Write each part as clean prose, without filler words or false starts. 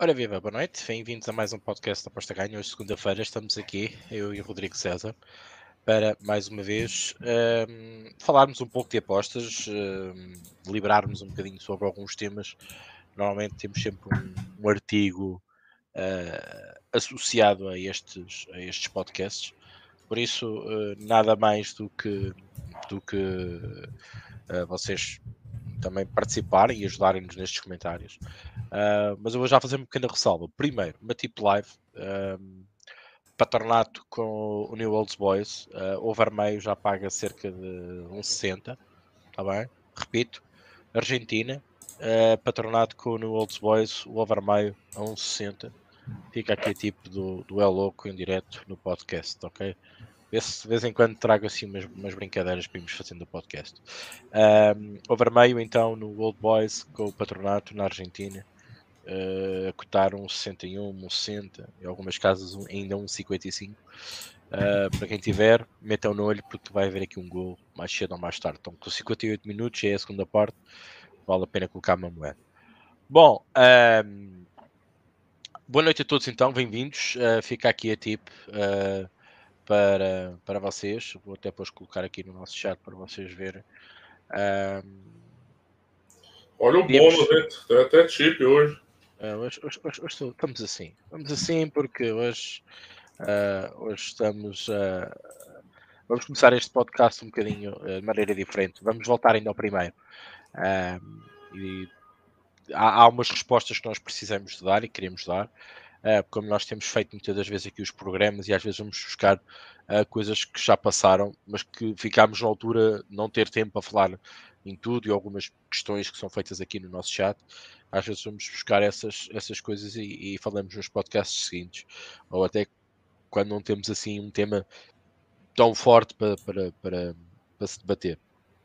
Ora viva, boa noite, bem-vindos a mais um podcast da Aposta Ganha. Hoje, segunda-feira, estamos aqui, eu e o Rodrigo César, para mais uma vez falarmos um pouco de apostas, deliberarmos um bocadinho sobre alguns temas. Normalmente temos sempre um artigo associado a estes podcasts, por isso nada mais do que vocês também participarem e ajudarem-nos nestes comentários. Mas eu vou já fazer uma pequena ressalva. Primeiro, uma tip live, patronato com o New Old Boys, over meio já paga cerca de 1,60, está bem? Repito, Argentina, patronato com o New Old Boys, o over meio a 1,60. Fica aqui a tipo do El Louco em direto no podcast, ok? Vê se de vez em quando trago assim umas brincadeiras para irmos fazendo o podcast. Over meio então no Old Boys com o patronato na Argentina. A cotar um 61, um 60, em algumas casas ainda um 55. Para quem tiver, metam no olho porque vai haver aqui um gol mais cedo ou mais tarde. Então, com 58 minutos, já é a segunda parte, vale a pena colocar uma moeda. Bom, boa noite a todos então, bem-vindos. Fica aqui a tip para vocês. Vou até depois colocar aqui no nosso chat para vocês verem. Olha o Podíamos, bônus, né? Tem até chip hoje. hoje estamos assim. Estamos assim porque hoje estamos. Vamos começar este podcast um bocadinho de maneira diferente. Vamos voltar ainda ao primeiro. E há umas respostas que nós precisamos de dar e queremos dar. Como nós temos feito muitas das vezes aqui os programas e às vezes vamos buscar coisas que já passaram, mas que ficámos na altura não ter tempo para falar em tudo e algumas questões que são feitas aqui no nosso chat. Às vezes vamos buscar essas coisas e falamos nos podcasts seguintes. Ou até quando não temos assim um tema tão forte para se debater.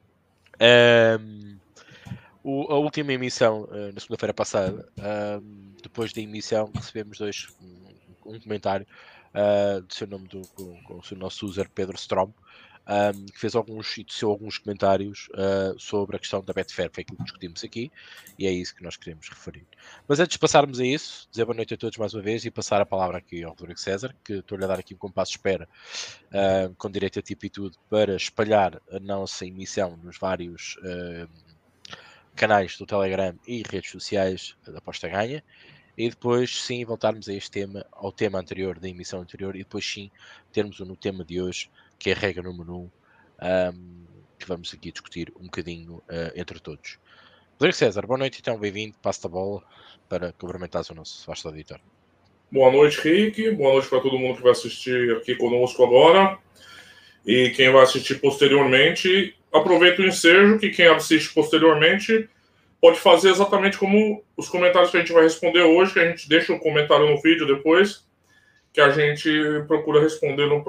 A última emissão, na segunda-feira passada, depois da emissão, recebemos um comentário do seu nome com o seu nosso user Pedro Strom, que fez e teceu alguns comentários sobre a questão da Betfair, foi aquilo que discutimos aqui, e é isso que nós queremos referir. Mas antes de passarmos a isso, dizer boa noite a todos mais uma vez e passar a palavra aqui ao Rodrigo César, que estou-lhe a dar aqui um compasso de espera, com direito a tipo e tudo, para espalhar a nossa emissão nos vários canais do Telegram e redes sociais da Aposta Ganha. E depois sim voltarmos a este tema, ao tema anterior, da emissão anterior, e depois sim termos no tema de hoje, que é a regra número 1, que vamos aqui discutir um bocadinho entre todos. Rodrigo César, boa noite então, bem-vindo, passo a bola para cumprimentares o nosso vasto auditório. Boa noite, Rick. Boa noite para todo mundo que vai assistir aqui conosco agora. E quem vai assistir posteriormente, aproveita o ensejo que quem assiste posteriormente pode fazer exatamente como os comentários que a gente vai responder hoje, que a gente deixa um comentário no vídeo depois, que a gente procura responder na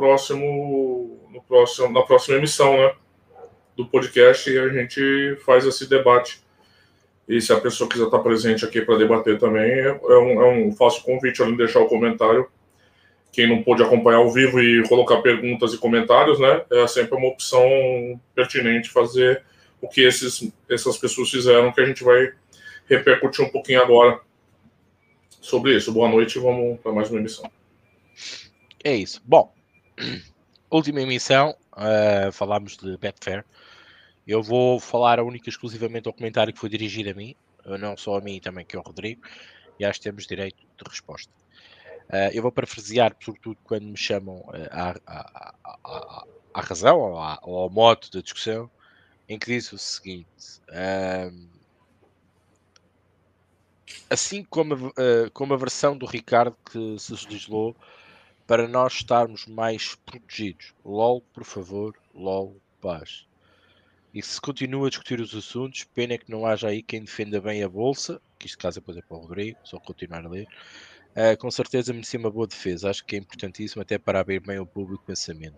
próxima emissão, né, do podcast, e a gente faz esse debate. E se a pessoa quiser estar presente aqui para debater também, é um fácil convite, além de deixar o comentário. Quem não pôde acompanhar ao vivo e colocar perguntas e comentários, né? É sempre uma opção pertinente fazer o que essas pessoas fizeram, que a gente vai repercutir um pouquinho agora sobre isso. Boa noite e vamos para mais uma emissão. É isso. Bom, última emissão, falámos de Betfair. Eu vou falar única e exclusivamente ao comentário que foi dirigido a mim, não só a mim, também que ao Rodrigo, e acho que temos direito de resposta. Eu vou parafrasear, sobretudo, quando me chamam à razão ou ao mote da discussão, em que diz o seguinte: assim como a versão do Ricardo que se legislou para nós estarmos mais protegidos. LOL, por favor, LOL, paz. E se continua a discutir os assuntos, pena que não haja aí quem defenda bem a Bolsa, que isto caso depois é para o Rodrigo, só continuar a ler. Com certeza merecia uma boa defesa, acho que é importantíssimo até para abrir bem o público pensamento.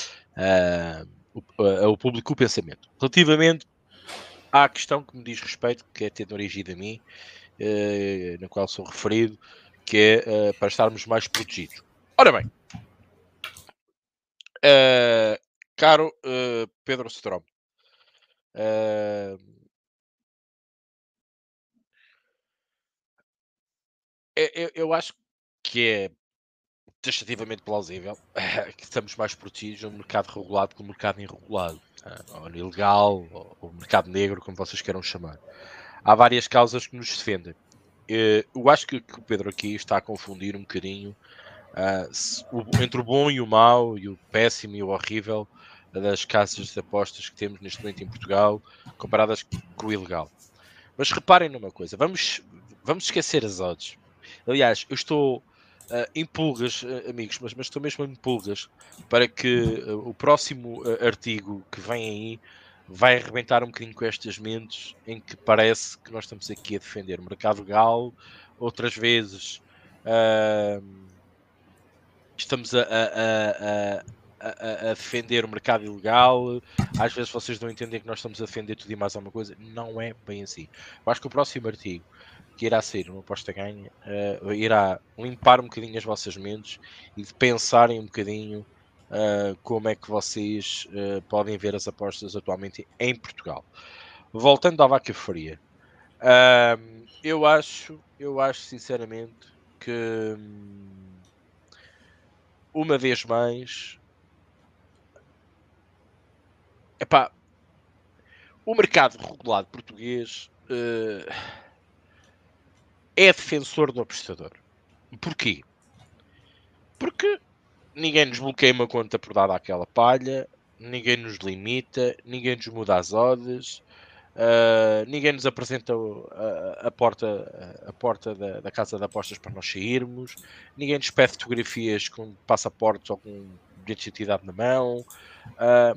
O público o pensamento. Relativamente à questão que me diz respeito, que é ter origem a mim, na qual sou referido, que é para estarmos mais protegidos. Ora bem, caro Pedro Strom, eu acho que é taxativamente plausível que estamos mais protegidos no mercado regulado que no mercado irregulado, ou no ilegal, ou mercado negro, como vocês queiram chamar. Há várias causas que nos defendem. Eu acho que o Pedro aqui está a confundir um bocadinho entre o bom e o mau, e o péssimo e o horrível das casas de apostas que temos neste momento em Portugal, comparadas com o ilegal. Mas reparem numa coisa, vamos esquecer as odds. Aliás, eu estou em pulgas, amigos, mas estou mesmo em pulgas para que o próximo artigo que vem aí vai arrebentar um bocadinho com estas mentes em que parece que nós estamos aqui a defender o mercado legal, outras vezes ah, estamos a defender o mercado ilegal. Às vezes vocês não entendem que nós estamos a defender tudo e mais alguma coisa. Não é bem assim. Eu acho que o próximo artigo, que irá ser uma aposta ganha, irá limpar um bocadinho as vossas mentes e de pensarem um bocadinho como é que vocês podem ver as apostas atualmente em Portugal. Voltando à vaca fria, eu acho sinceramente que uma vez mais, epá, o mercado regulado português é defensor do apostador. Porquê? Porque ninguém nos bloqueia uma conta por dar aquela palha, ninguém nos limita, ninguém nos muda as odds, ninguém nos apresenta a porta da casa de apostas para nós sairmos, ninguém nos pede fotografias com passaportes ou com bilhetes de identidade na mão. ah,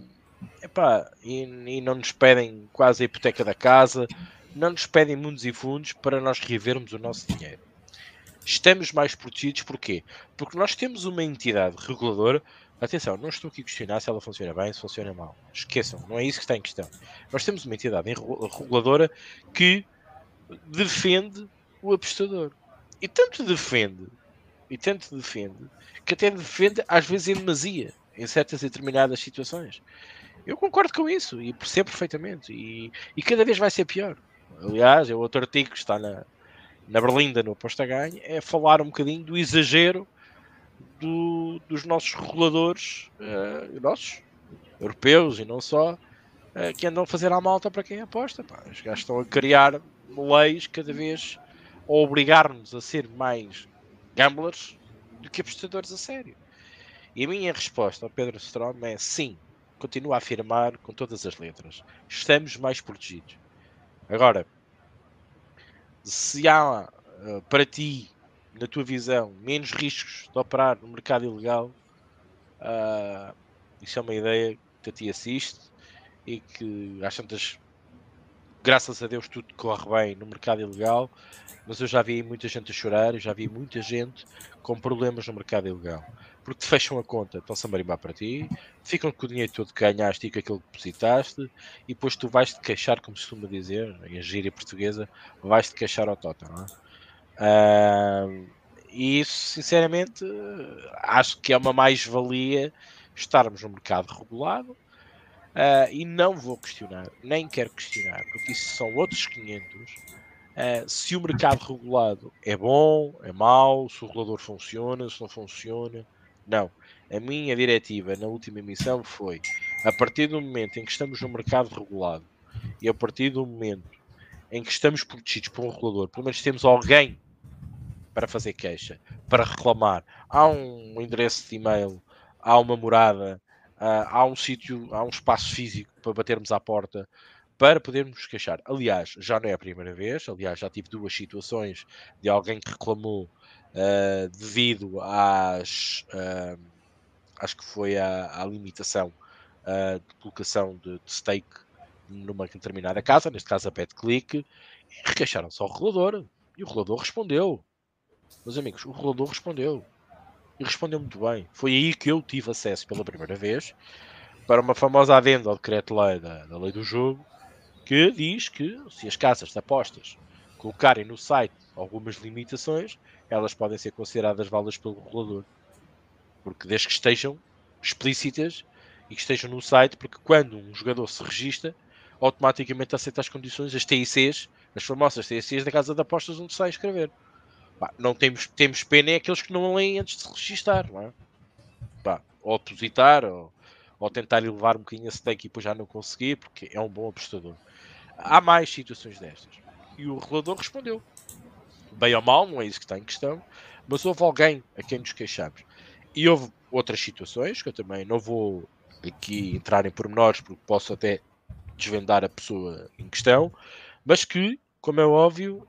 e não nos pedem quase a hipoteca da casa, não nos pedem mundos e fundos para nós revermos o nosso dinheiro. Estamos mais protegidos porquê? Porque nós temos uma entidade reguladora. Atenção, não estou aqui a questionar se ela funciona bem, se funciona mal. Esqueçam, não é isso que está em questão. Nós temos uma entidade reguladora que defende o apostador. E tanto defende, que até defende às vezes em demasia, em certas e determinadas situações. Eu concordo com isso e percebo perfeitamente. E cada vez vai ser pior. Aliás, é outro artigo que está na Berlinda, no Aposta Ganha, é falar um bocadinho do exagero dos nossos reguladores, nossos, europeus e não só, que andam a fazer à malta para quem aposta. Pá. Os gajos estão a criar leis cada vez a obrigar-nos a ser mais gamblers do que apostadores a sério. E a minha resposta ao Pedro Strom é sim, continuo a afirmar com todas as letras. Estamos mais protegidos. Agora, se há para ti, na tua visão, menos riscos de operar no mercado ilegal, ah, isso é uma ideia que a ti assiste e que às tantas, graças a Deus, tudo corre bem no mercado ilegal, mas eu já vi muita gente a chorar, eu já vi muita gente com problemas no mercado ilegal. Porque te fecham a conta, estão-se a marimbar para ti, ficam com o dinheiro todo que ganhaste e com aquilo que depositaste, e depois tu vais-te queixar, como se costuma dizer, em gíria portuguesa, vais-te queixar ao Tota, não é? Ah, e isso, sinceramente, acho que é uma mais-valia estarmos no mercado regulado. E não vou questionar, nem quero questionar, porque isso são outros 500. Se o mercado regulado é bom, é mau, se o regulador funciona, se não funciona. Não. A minha diretiva na última emissão foi: a partir do momento em que estamos no mercado regulado e a partir do momento em que estamos protegidos por um regulador, pelo menos temos alguém para fazer queixa, para reclamar, há um endereço de e-mail, há uma morada, há um sítio, há um espaço físico para batermos à porta para podermos nos queixar. Aliás, já não é a primeira vez, aliás, já tive duas situações de alguém que reclamou devido acho que foi à limitação de colocação de stake numa determinada casa, neste caso a BetClick, e requeixaram-se ao regulador. E o regulador respondeu. Meus amigos, o regulador respondeu. E respondeu muito bem. Foi aí que eu tive acesso pela primeira vez para uma famosa adenda ao decreto-lei da lei do jogo, que diz que se as casas de apostas colocarem no site algumas limitações, elas podem ser consideradas válidas pelo regulador. Porque desde que estejam explícitas e que estejam no site, porque quando um jogador se registra, automaticamente aceita as condições, as TICs, as famosas TICs da casa de apostas onde se vai inscrever. Pá, não temos pena é aqueles que não leem antes de se registar, não é? Pá, ou depositar, ou tentar elevar um bocadinho a stake e depois já não conseguir, porque é um bom apostador. Há mais situações destas. E o regulador respondeu. Bem ou mal, não é isso que está em questão, mas houve alguém a quem nos queixamos. E houve outras situações, que eu também não vou aqui entrar em pormenores, porque posso até desvendar a pessoa em questão, mas que, como é óbvio,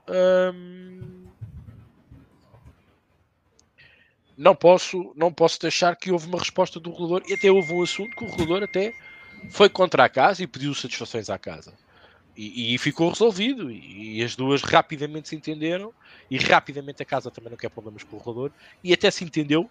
não posso deixar que houve uma resposta do regulador, e até houve um assunto que o regulador até foi contra a casa e pediu satisfações à casa. E ficou resolvido, e as duas rapidamente se entenderam, e rapidamente a casa também não quer problemas com o regulador, e até se entendeu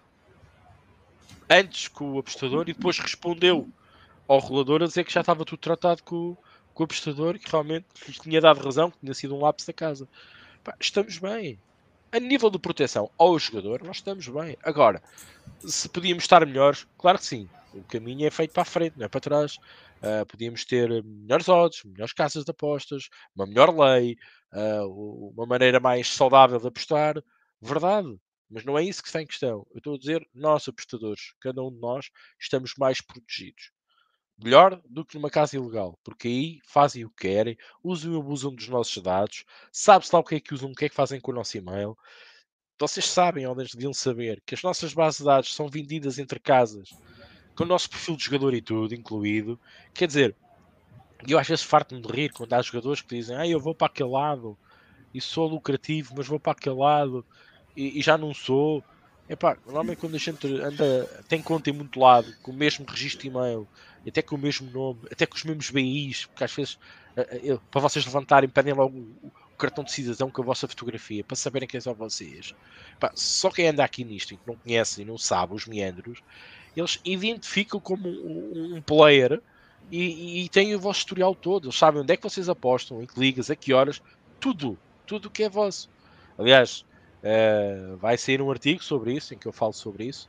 antes com o apostador, e depois respondeu ao regulador a dizer que já estava tudo tratado com o apostador, e que realmente lhe tinha dado razão, que tinha sido um lapso da casa. Pá, estamos bem. A nível de proteção ao jogador, nós estamos bem. Agora, se podíamos estar melhores, claro que sim. O caminho é feito para a frente, não é para trás. Podíamos ter melhores odds, melhores casas de apostas, uma melhor lei, uma maneira mais saudável de apostar. Verdade. Mas não é isso que está em questão. Eu estou a dizer, nós apostadores, cada um de nós, estamos mais protegidos. Melhor do que numa casa ilegal, porque aí fazem o que querem, usam e abusam dos nossos dados, sabe-se lá o que é que usam, o que é que fazem com o nosso e-mail. Vocês sabem, ou deviam saber, que as nossas bases de dados são vendidas entre casas, com o nosso perfil de jogador e tudo incluído. Quer dizer, eu às vezes farto-me de rir quando há jogadores que dizem eu vou para aquele lado e sou lucrativo, mas vou para aquele lado e já não sou. Epá, normalmente quando a gente anda, tem conta em muito lado, com o mesmo registro de e-mail, até com o mesmo nome, até com os mesmos BIs, porque às vezes para vocês levantarem, pedem logo o cartão de cidadão com a vossa fotografia, para saberem quem são vocês. Epá, só quem anda aqui nisto e que não conhece e não sabe os meandros, eles identificam como um player e têm o vosso historial todo. Eles sabem onde é que vocês apostam, em que ligas, a que horas, tudo o que é vosso. Aliás, vai sair um artigo sobre isso, em que eu falo sobre isso,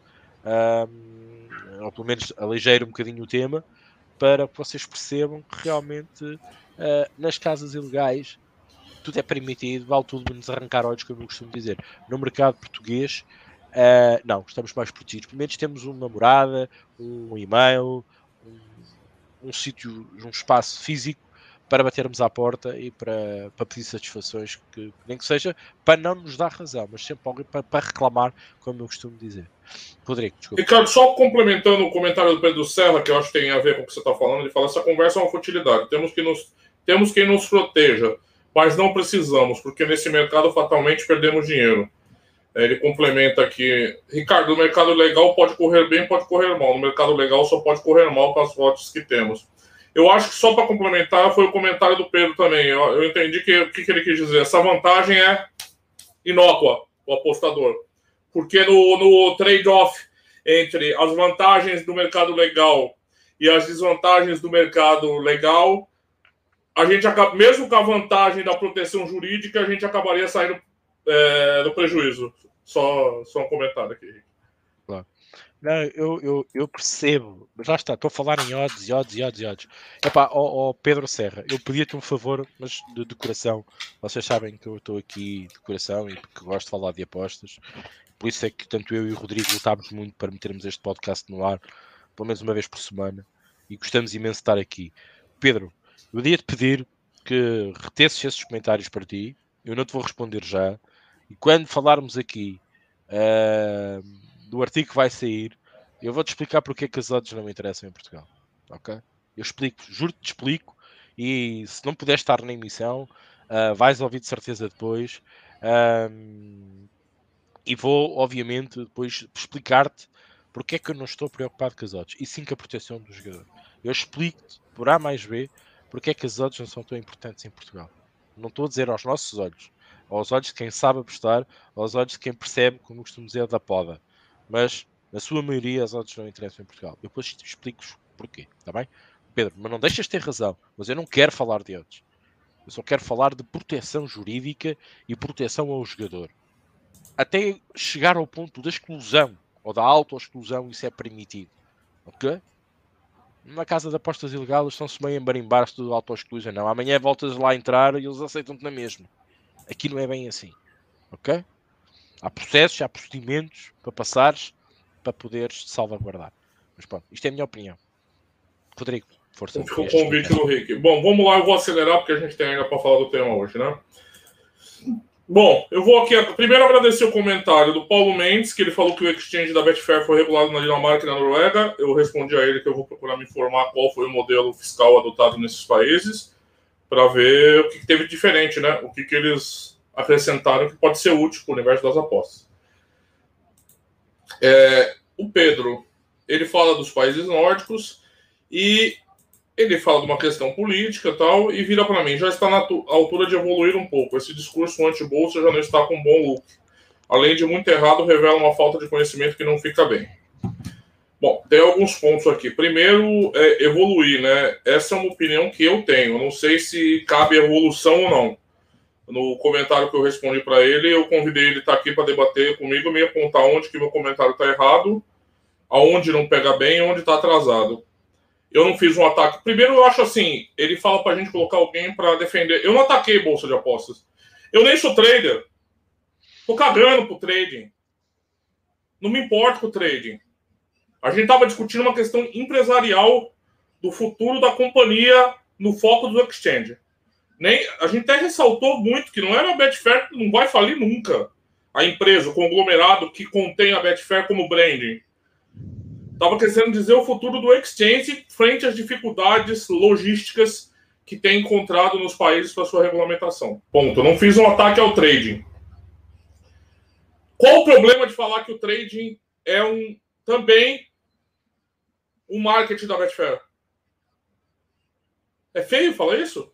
ou pelo menos aligeiro um bocadinho o tema, para que vocês percebam que realmente nas casas ilegais tudo é permitido, vale tudo menos arrancar olhos, como eu costumo dizer. No mercado português, não, estamos mais protegidos. Pelo menos temos uma morada, um e-mail, um sítio, um espaço físico para batermos à porta e para pedir satisfações, que nem que seja para não nos dar razão, mas sempre alguém para reclamar, como eu costumo dizer. Rodrigo, desculpa. Ricardo, só complementando o comentário do Pedro Serra, que eu acho que tem a ver com o que você está falando, ele fala: essa conversa é uma futilidade, temos quem nos proteja, mas não precisamos, porque nesse mercado fatalmente perdemos dinheiro. Ele complementa aqui: Ricardo, o mercado legal pode correr bem, pode correr mal. No mercado legal só pode correr mal com as rotas que temos. Eu acho que só para complementar foi o comentário do Pedro também. Eu entendi o que ele quis dizer. Essa vantagem é inócua, o apostador. Porque no trade-off entre as vantagens do mercado legal e as desvantagens do mercado legal, a gente acaba, mesmo com a vantagem da proteção jurídica, a gente acabaria saindo no prejuízo. Só um comentário aqui. Claro. Não, eu percebo, mas lá está, estou a falar em odds e odds e odds e odds. Epá, Pedro Serra, eu pedia-te um favor, mas de coração. Vocês sabem que eu estou aqui de coração e porque gosto de falar de apostas. Por isso é que tanto eu e o Rodrigo lutámos muito para metermos este podcast no ar, pelo menos uma vez por semana, e gostamos imenso de estar aqui. Pedro, eu ia-te pedir que retesses esses comentários para ti, eu não te vou responder já, e quando falarmos aqui do artigo que vai sair, eu vou-te explicar porque é que as odds não me interessam em Portugal, ok? Eu explico, juro-te explico, e se não puderes estar na emissão, vais ouvir de certeza depois, e vou, obviamente, depois explicar-te porque é que eu não estou preocupado com as odds, e sim com a proteção do jogador. Eu explico-te, por A mais B, porque é que as odds não são tão importantes em Portugal. Não estou a dizer aos nossos olhos, aos olhos de quem sabe apostar, aos olhos de quem percebe, como costumo dizer, da poda. Mas, na sua maioria, as odds não interessam em Portugal. Eu depois explico-vos porquê, está bem? Pedro, mas não deixas de ter razão, mas eu não quero falar de odds. Eu só quero falar de proteção jurídica e proteção ao jogador. Até chegar ao ponto da exclusão ou da auto-exclusão, isso é permitido. Ok? Na casa de apostas ilegais estão-se bem a marimbar-se do auto-exclusão. Não, amanhã voltas lá a entrar e eles aceitam-te na mesma. Aqui não é bem assim. Ok? Há processos, há procedimentos para passares, para poderes salvaguardar. Mas pronto, isto é a minha opinião. Rodrigo, força. Então ficou o convite do Rick. Bom, vamos lá, eu vou acelerar porque a gente tem ainda para falar do tema hoje, né? Bom, eu vou aqui primeiro agradecer o comentário do Paulo Mendes, que ele falou que o exchange da Betfair foi regulado na Dinamarca e na Noruega. Eu respondi a ele que eu vou procurar me informar qual foi o modelo fiscal adotado nesses países, para ver o que teve de diferente, né? O que eles acrescentaram que pode ser útil para o universo das apostas. O Pedro, ele fala dos países nórdicos e ele fala de uma questão política e tal, e vira para mim, já está na altura de evoluir um pouco. Esse discurso anti-bolsa já não está com um bom look. Além de muito errado, revela uma falta de conhecimento que não fica bem. Bom, tem alguns pontos aqui. Primeiro, evoluir, né? Essa é uma opinião que eu tenho. Eu não sei se cabe evolução ou não. No comentário que eu respondi para ele, eu convidei ele a estar aqui para debater comigo, me apontar onde que meu comentário está errado, aonde não pega bem e onde está atrasado. Eu não fiz um ataque. Primeiro, eu acho assim, ele fala pra gente colocar alguém pra defender. Eu não ataquei bolsa de apostas. Eu nem sou trader. Tô cagando pro trading. Não me importo com o trading. A gente tava discutindo uma questão empresarial do futuro da companhia no foco do exchange. A gente até ressaltou muito que não era a Betfair, não vai falir nunca. A empresa, o conglomerado que contém a Betfair como branding. Estava querendo dizer o futuro do exchange frente às dificuldades logísticas que tem encontrado nos países para sua regulamentação. Ponto. Eu não fiz um ataque ao trading. Qual o problema de falar que o trading é também um marketing da Betfair? É feio falar isso?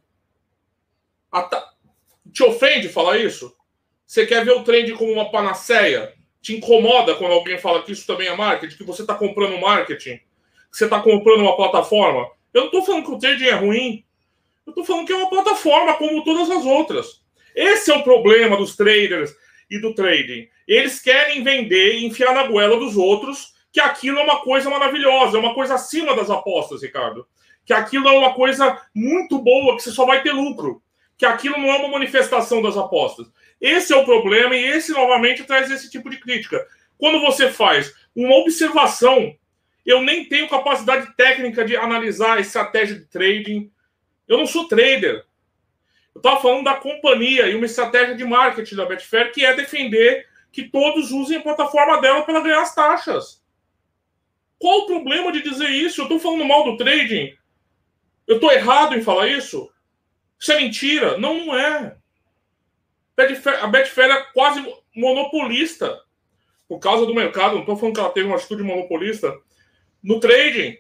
Te ofende falar isso? Você quer ver o trading como uma panaceia? Te incomoda quando alguém fala que isso também é marketing, que você está comprando marketing, que você está comprando uma plataforma? Eu não estou falando que o trading é ruim. Eu estou falando que é uma plataforma como todas as outras. Esse é o problema dos traders e do trading. Eles querem vender e enfiar na goela dos outros que aquilo é uma coisa maravilhosa, é uma coisa acima das apostas, Ricardo. Que aquilo é uma coisa muito boa, que você só vai ter lucro. Que aquilo não é uma manifestação das apostas. Esse é o problema e esse, novamente, traz esse tipo de crítica. Quando você faz uma observação, eu nem tenho capacidade técnica de analisar a estratégia de trading. Eu não sou trader. Eu estava falando da companhia e uma estratégia de marketing da Betfair que é defender que todos usem a plataforma dela para ganhar as taxas. Qual o problema de dizer isso? Eu estou falando mal do trading? Eu estou errado em falar isso? Isso é mentira? Não, não é. A Betfair é quase monopolista por causa do mercado. Não estou falando que ela teve uma atitude monopolista no trading.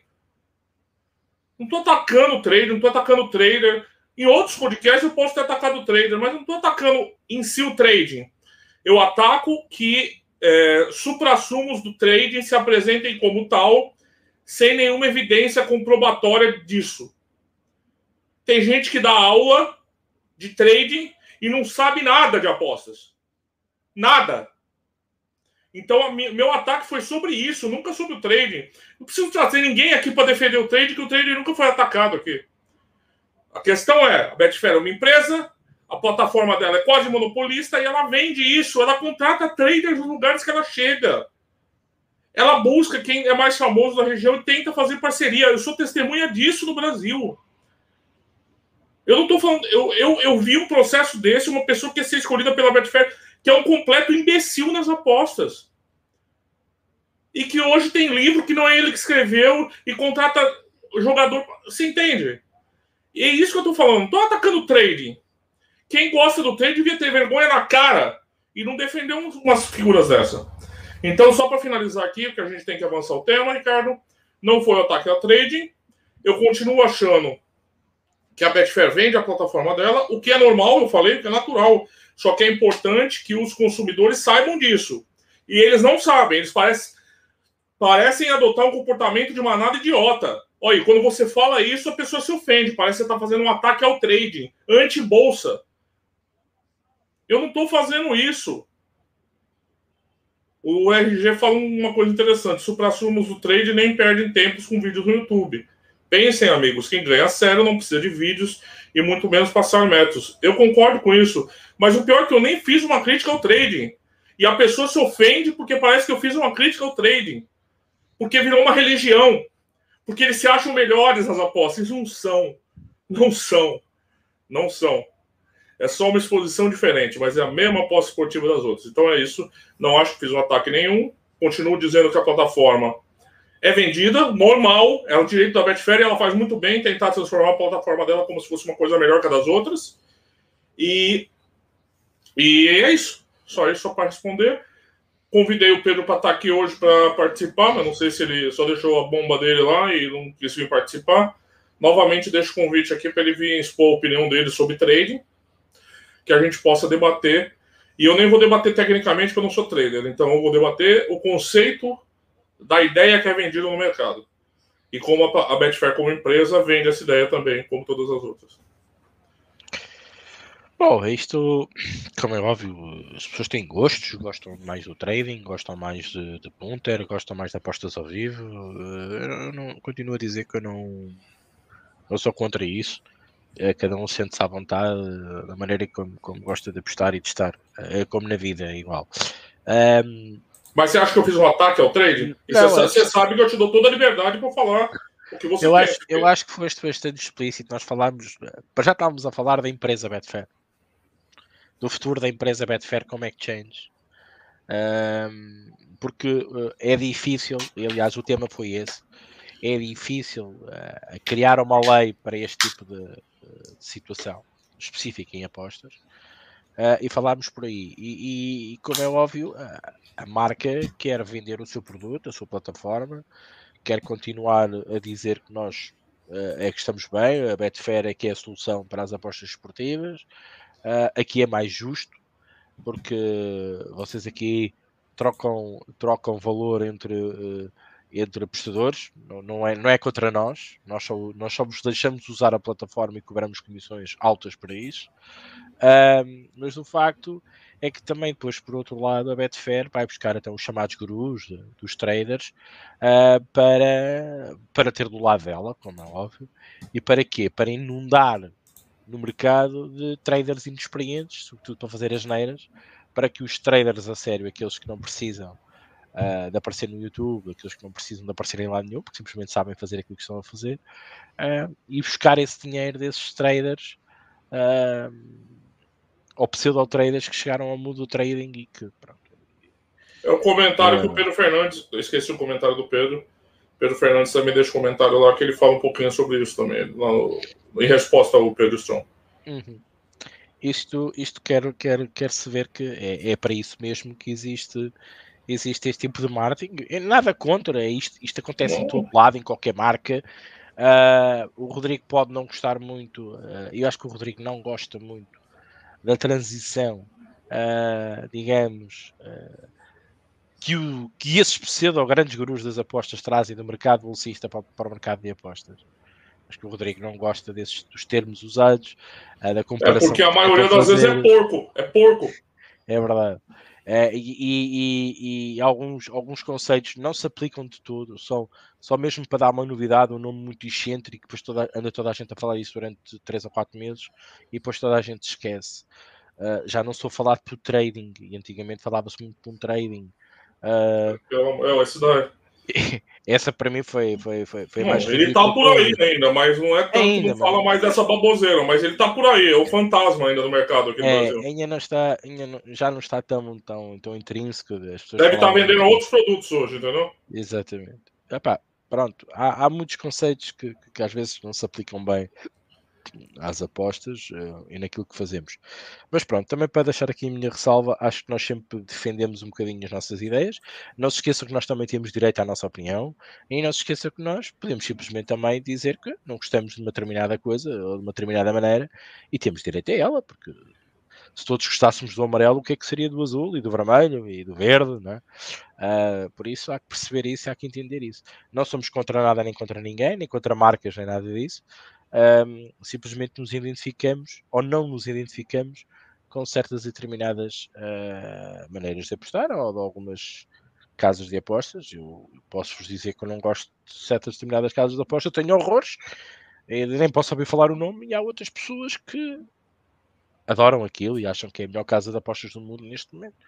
Não estou atacando o trader, não estou atacando o trader. Em outros podcasts eu posso ter atacado o trader, mas não estou atacando em si o trading. Eu ataco que suprassumos do trading se apresentem como tal, sem nenhuma evidência comprobatória disso. Tem gente que dá aula de trading e não sabe nada de apostas. Nada. Então, meu ataque foi sobre isso, nunca sobre o trading. Não preciso trazer ninguém aqui para defender o trading, que o trading nunca foi atacado aqui. A questão é, a Betfair é uma empresa, a plataforma dela é quase monopolista e ela vende isso, ela contrata traders nos lugares que ela chega. Ela busca quem é mais famoso da região e tenta fazer parceria. Eu sou testemunha disso no Brasil. Eu não estou falando... Eu vi um processo desse, uma pessoa que ia ser escolhida pela Betfair, que é um completo imbecil nas apostas. E que hoje tem livro que não é ele que escreveu e contrata jogador... Você entende? E é isso que eu estou falando. Não estou atacando o trading. Quem gosta do trading devia ter vergonha na cara e não defender umas figuras dessa. Então, só para finalizar aqui, porque a gente tem que avançar o tema, Ricardo, não foi o ataque ao trading. Eu continuo achando que a Betfair vende a plataforma dela, o que é normal, eu falei, o que é natural. Só que é importante que os consumidores saibam disso. E eles não sabem, eles parecem adotar um comportamento de manada idiota. Olha, quando você fala isso, a pessoa se ofende, parece que você está fazendo um ataque ao trading, anti-bolsa. Eu não estou fazendo isso. O RG fala uma coisa interessante, suprassumos do trade nem perdem tempos com vídeos no YouTube. Pensem, amigos, quem ganha sério não precisa de vídeos e muito menos passar métodos. Eu concordo com isso, mas o pior é que eu nem fiz uma crítica ao trading. E a pessoa se ofende porque parece que eu fiz uma crítica ao trading. Porque virou uma religião. Porque eles se acham melhores nas apostas. Eles não são. Não são. Não são. É só uma exposição diferente, mas é a mesma aposta esportiva das outras. Então é isso. Não acho que fiz um ataque nenhum. Continuo dizendo que a plataforma é vendida, normal. É o direito da Betfair e ela faz muito bem tentar transformar a plataforma dela como se fosse uma coisa melhor que a das outras. E é isso. Só isso, só para responder. Convidei o Pedro para estar aqui hoje para participar, mas não sei se ele só deixou a bomba dele lá e não quis vir participar. Novamente, deixo o convite aqui para ele vir expor a opinião dele sobre trading, que a gente possa debater. E eu nem vou debater tecnicamente, porque eu não sou trader. Então, eu vou debater o conceito da ideia que é vendida no mercado. E como a Betfair, como empresa, vende essa ideia também, como todas as outras. Bom, isto, como é óbvio, as pessoas têm gostos, gostam mais do trading, gostam mais de punter, gostam mais de apostas ao vivo. Eu não, continuo a dizer que eu não sou contra isso. Cada um sente-se à vontade da maneira como gosta de apostar e de estar, como na vida, é igual. Mas você acha que eu fiz um ataque ao trading? Você sabe que eu te dou toda a liberdade para falar o que você pensa. Eu acho que foste bastante explícito. Nós falámos, já estávamos a falar da empresa Betfair, do futuro da empresa Betfair como exchange. Porque é difícil, e aliás o tema foi esse, é difícil criar uma lei para este tipo de situação específica em apostas, e falámos por aí, e como é óbvio, a marca quer vender o seu produto, a sua plataforma, quer continuar a dizer que nós é que estamos bem, a Betfair é que é a solução para as apostas esportivas, aqui é mais justo, porque vocês aqui trocam valor entre apostadores, não é contra nós, nós só vos deixamos usar a plataforma e cobramos comissões altas para isso, mas o facto é que também depois, por outro lado, a Betfair vai buscar até os chamados gurus dos traders para ter do lado dela, como é óbvio, e para quê? Para inundar no mercado de traders inexperientes, sobretudo para fazer as neiras, para que os traders a sério, aqueles que não precisam de aparecer no YouTube, aqueles que não precisam de aparecer em lado nenhum, porque simplesmente sabem fazer aquilo que estão a fazer, e buscar esse dinheiro desses traders ou pseudo-traders que chegaram ao mundo do trading e que, pronto. É o comentário que o Pedro Fernandes, eu esqueci o comentário do Pedro. Pedro Fernandes também deixa um comentário lá que ele fala um pouquinho sobre isso também, em resposta ao Pedro Strong. Uhum. Isto quer-se ver que é para isso mesmo que existe este tipo de marketing. Nada contra, isto acontece em todo lado, em qualquer marca. O Rodrigo pode não gostar muito, eu acho que o Rodrigo não gosta muito da transição, digamos, que esses pseudo grandes gurus das apostas trazem do mercado bolsista para o mercado de apostas. Acho que o Rodrigo não gosta dos termos usados, da comparação. É porque a maioria das vezes é porco. É porco. É verdade. E alguns conceitos não se aplicam de todo, só mesmo para dar uma novidade, um nome muito excêntrico, depois anda toda a gente a falar isso durante 3 ou 4 meses e depois toda a gente esquece. Já não sou falado por trading, e antigamente falava-se muito por um trading. Esse daí. Essa para mim foi mais. Ele tá por aí ainda, mas não é tanto, ainda, não fala mais dessa baboseira, mas ele tá por aí, é o fantasma ainda do mercado aqui no Brasil. Ainda não está, já não está tão intrínseco. As pessoas deve estar vendendo outros produtos hoje, entendeu? Exatamente. Epá, pronto, há muitos conceitos que às vezes não se aplicam bem às apostas e naquilo que fazemos. Mas pronto, também para deixar aqui a minha ressalva, acho que nós sempre defendemos um bocadinho as nossas ideias. Não se esqueçam que nós também temos direito à nossa opinião e não se esqueçam que nós podemos simplesmente também dizer que não gostamos de uma determinada coisa ou de uma determinada maneira e temos direito a ela, porque se todos gostássemos do amarelo, o que é que seria do azul e do vermelho e do verde, não é? Por isso há que perceber isso, há que entender isso. Não somos contra nada, nem contra ninguém, nem contra marcas, nem nada disso. Simplesmente nos identificamos ou não nos identificamos com certas determinadas maneiras de apostar ou de algumas casas de apostas. Eu posso-vos dizer que eu não gosto de certas determinadas casas de apostas, tenho horrores, nem posso saber falar o nome, e há outras pessoas que adoram aquilo e acham que é a melhor casa de apostas do mundo neste momento.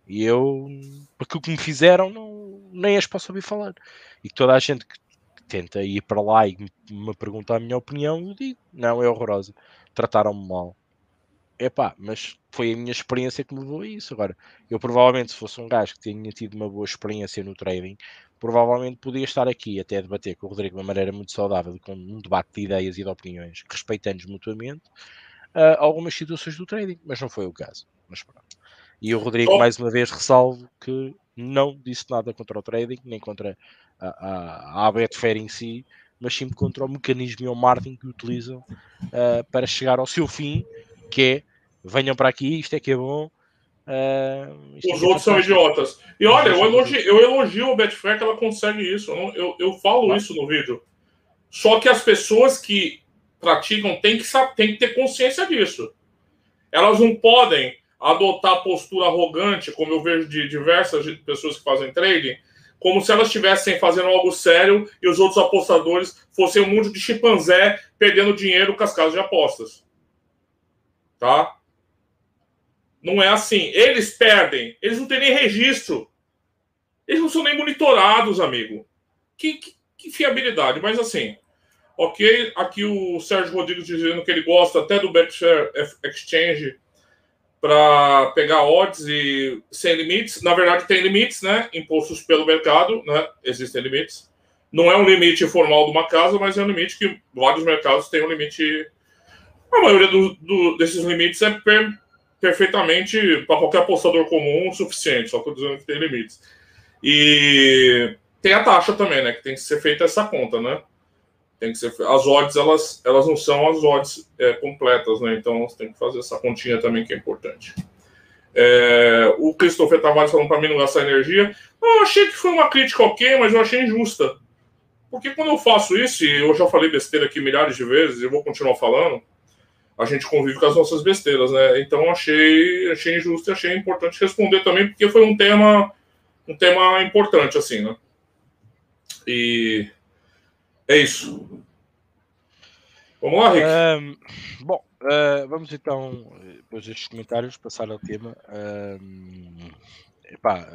E eu, porque o que me fizeram, nem as posso ouvir falar. E toda a gente que tenta ir para lá e me pergunta a minha opinião, eu digo, não, é horrorosa. Trataram-me mal. Epá, mas foi a minha experiência que me levou a isso. Agora, eu provavelmente, se fosse um gajo que tinha tido uma boa experiência no trading, provavelmente podia estar aqui até a debater com o Rodrigo de uma maneira muito saudável, com um debate de ideias e de opiniões, respeitando-nos mutuamente, algumas situações do trading, mas não foi o caso. Mas pronto. E o Rodrigo, Só, mais uma vez, ressalvo que não disse nada contra o trading, nem contra a Betfair em si, mas sim contra o mecanismo e o marketing que utilizam para chegar ao seu fim, que é, venham para aqui, isto é que é bom, isto é os que é outros são fantástico. idiotas. E Os olha, dois são todos eu elogio o Betfair que ela consegue isso. Eu falo claro. isso no vídeo. Só que as pessoas que praticam têm que ter consciência disso. Elas não podem adotar postura arrogante, como eu vejo de diversas pessoas que fazem trading, como se elas estivessem fazendo algo sério e os outros apostadores fossem um mundo de chimpanzé perdendo dinheiro com as casas de apostas. Tá? Não é assim. Eles perdem. Eles não têm nem registro. Eles não são nem monitorados, amigo. Que fiabilidade. Mas assim, ok. Aqui o Sérgio Rodrigues dizendo que ele gosta até do Betfair Exchange para pegar odds e sem limites. Na verdade, tem limites, né? Impostos pelo mercado, né? Existem limites. Não é um limite formal de uma casa, mas é um limite que vários mercados têm um limite. A maioria desses limites é perfeitamente para qualquer apostador comum suficiente. Só estou dizendo que tem limites. E tem a taxa também, né? Que tem que ser feita essa conta, né? Tem que ser, as odds, elas não são as odds completas, né? Então, você tem que fazer essa continha também, que é importante. O Christopher Tavares falando para mim não gastar energia. Eu achei que foi uma crítica ok, mas eu achei injusta. Porque quando eu faço isso, e eu já falei besteira aqui milhares de vezes, e vou continuar falando, a gente convive com as nossas besteiras, né? Então, eu achei injusto e achei importante responder também, porque foi um tema importante, assim, né? E é isso. Vamos lá, Rick. Bom, vamos então, depois destes comentários, passar ao tema. Epá,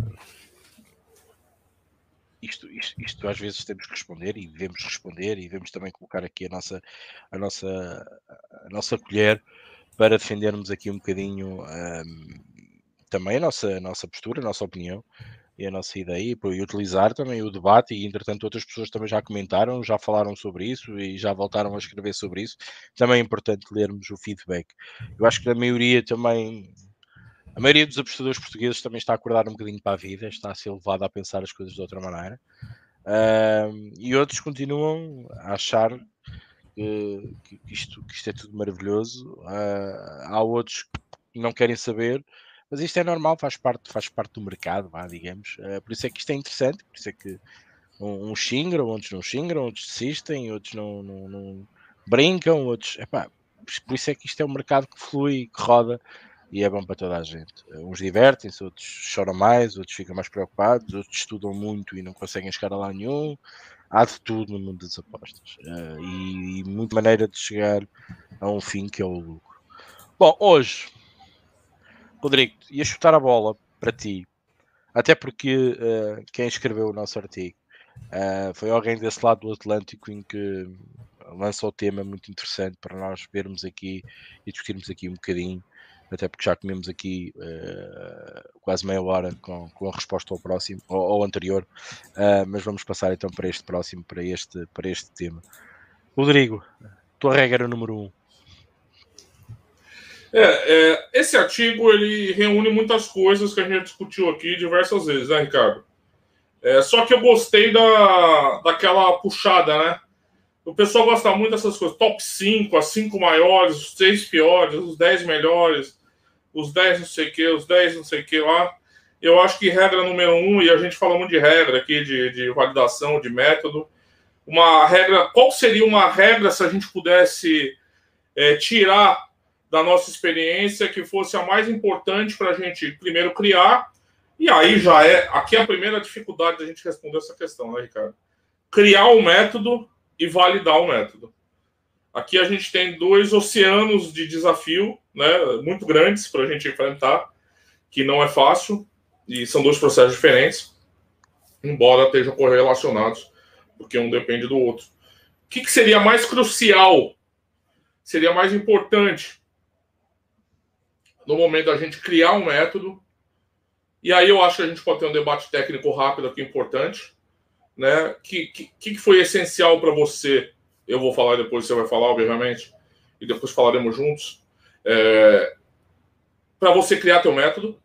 isto às vezes temos que responder e devemos também colocar aqui a nossa, a nossa colher para defendermos aqui um bocadinho também a nossa postura, a nossa opinião e a nossa ideia e utilizar também o debate e entretanto outras pessoas também já comentaram, já falaram sobre isso e já voltaram a escrever sobre isso. Também é importante lermos o feedback. Eu acho que a maioria dos apostadores portugueses também está a acordar um bocadinho para a vida, está a ser levado a pensar as coisas de outra maneira. E outros continuam a achar que isto é tudo maravilhoso. Há outros que não querem saber, mas isto é normal, faz parte do mercado, digamos. Por isso é que isto é interessante, por isso é que uns xingram, outros não xingram, outros desistem, outros não brincam, outros. Epá, por isso é que isto é um mercado que flui, que roda e é bom para toda a gente. Uns divertem-se, outros choram mais, outros ficam mais preocupados, outros estudam muito e não conseguem chegar a lá nenhum. Há de tudo no mundo das apostas e muita maneira de chegar a um fim que é o lucro. Bom, hoje, Rodrigo, ia chutar a bola para ti, até porque quem escreveu o nosso artigo foi alguém desse lado do Atlântico em que lança o tema muito interessante para nós vermos aqui e discutirmos aqui um bocadinho, até porque já comemos aqui quase meia hora com a resposta ao próximo, ao anterior, mas vamos passar então para este próximo, para este tema. Rodrigo, tua regra número 1. Esse artigo ele reúne muitas coisas que a gente discutiu aqui diversas vezes, né, Ricardo? Só que eu gostei daquela puxada, né? O pessoal gosta muito dessas coisas. Top 5, as 5 maiores, os 6 piores, os 10 melhores, os 10 não sei o que, os 10 não sei o que lá. Eu acho que regra número 1, e a gente fala muito de regra aqui, de validação, de método. Uma regra, qual seria uma regra se a gente pudesse tirar da nossa experiência que fosse a mais importante para a gente primeiro criar, e aí já aqui é a primeira dificuldade da gente responder essa questão, né, Ricardo? Criar o método e validar o método. Aqui a gente tem 2 oceanos de desafio, né, muito grandes para a gente enfrentar, que não é fácil, e são dois processos diferentes, embora estejam correlacionados, porque um depende do outro. O que seria mais crucial, seria mais importante no momento da gente criar um método? E aí eu acho que a gente pode ter um debate técnico rápido aqui importante, né? Que foi essencial para você? Eu vou falar depois, você vai falar, obviamente, e depois falaremos juntos. Para você criar teu método.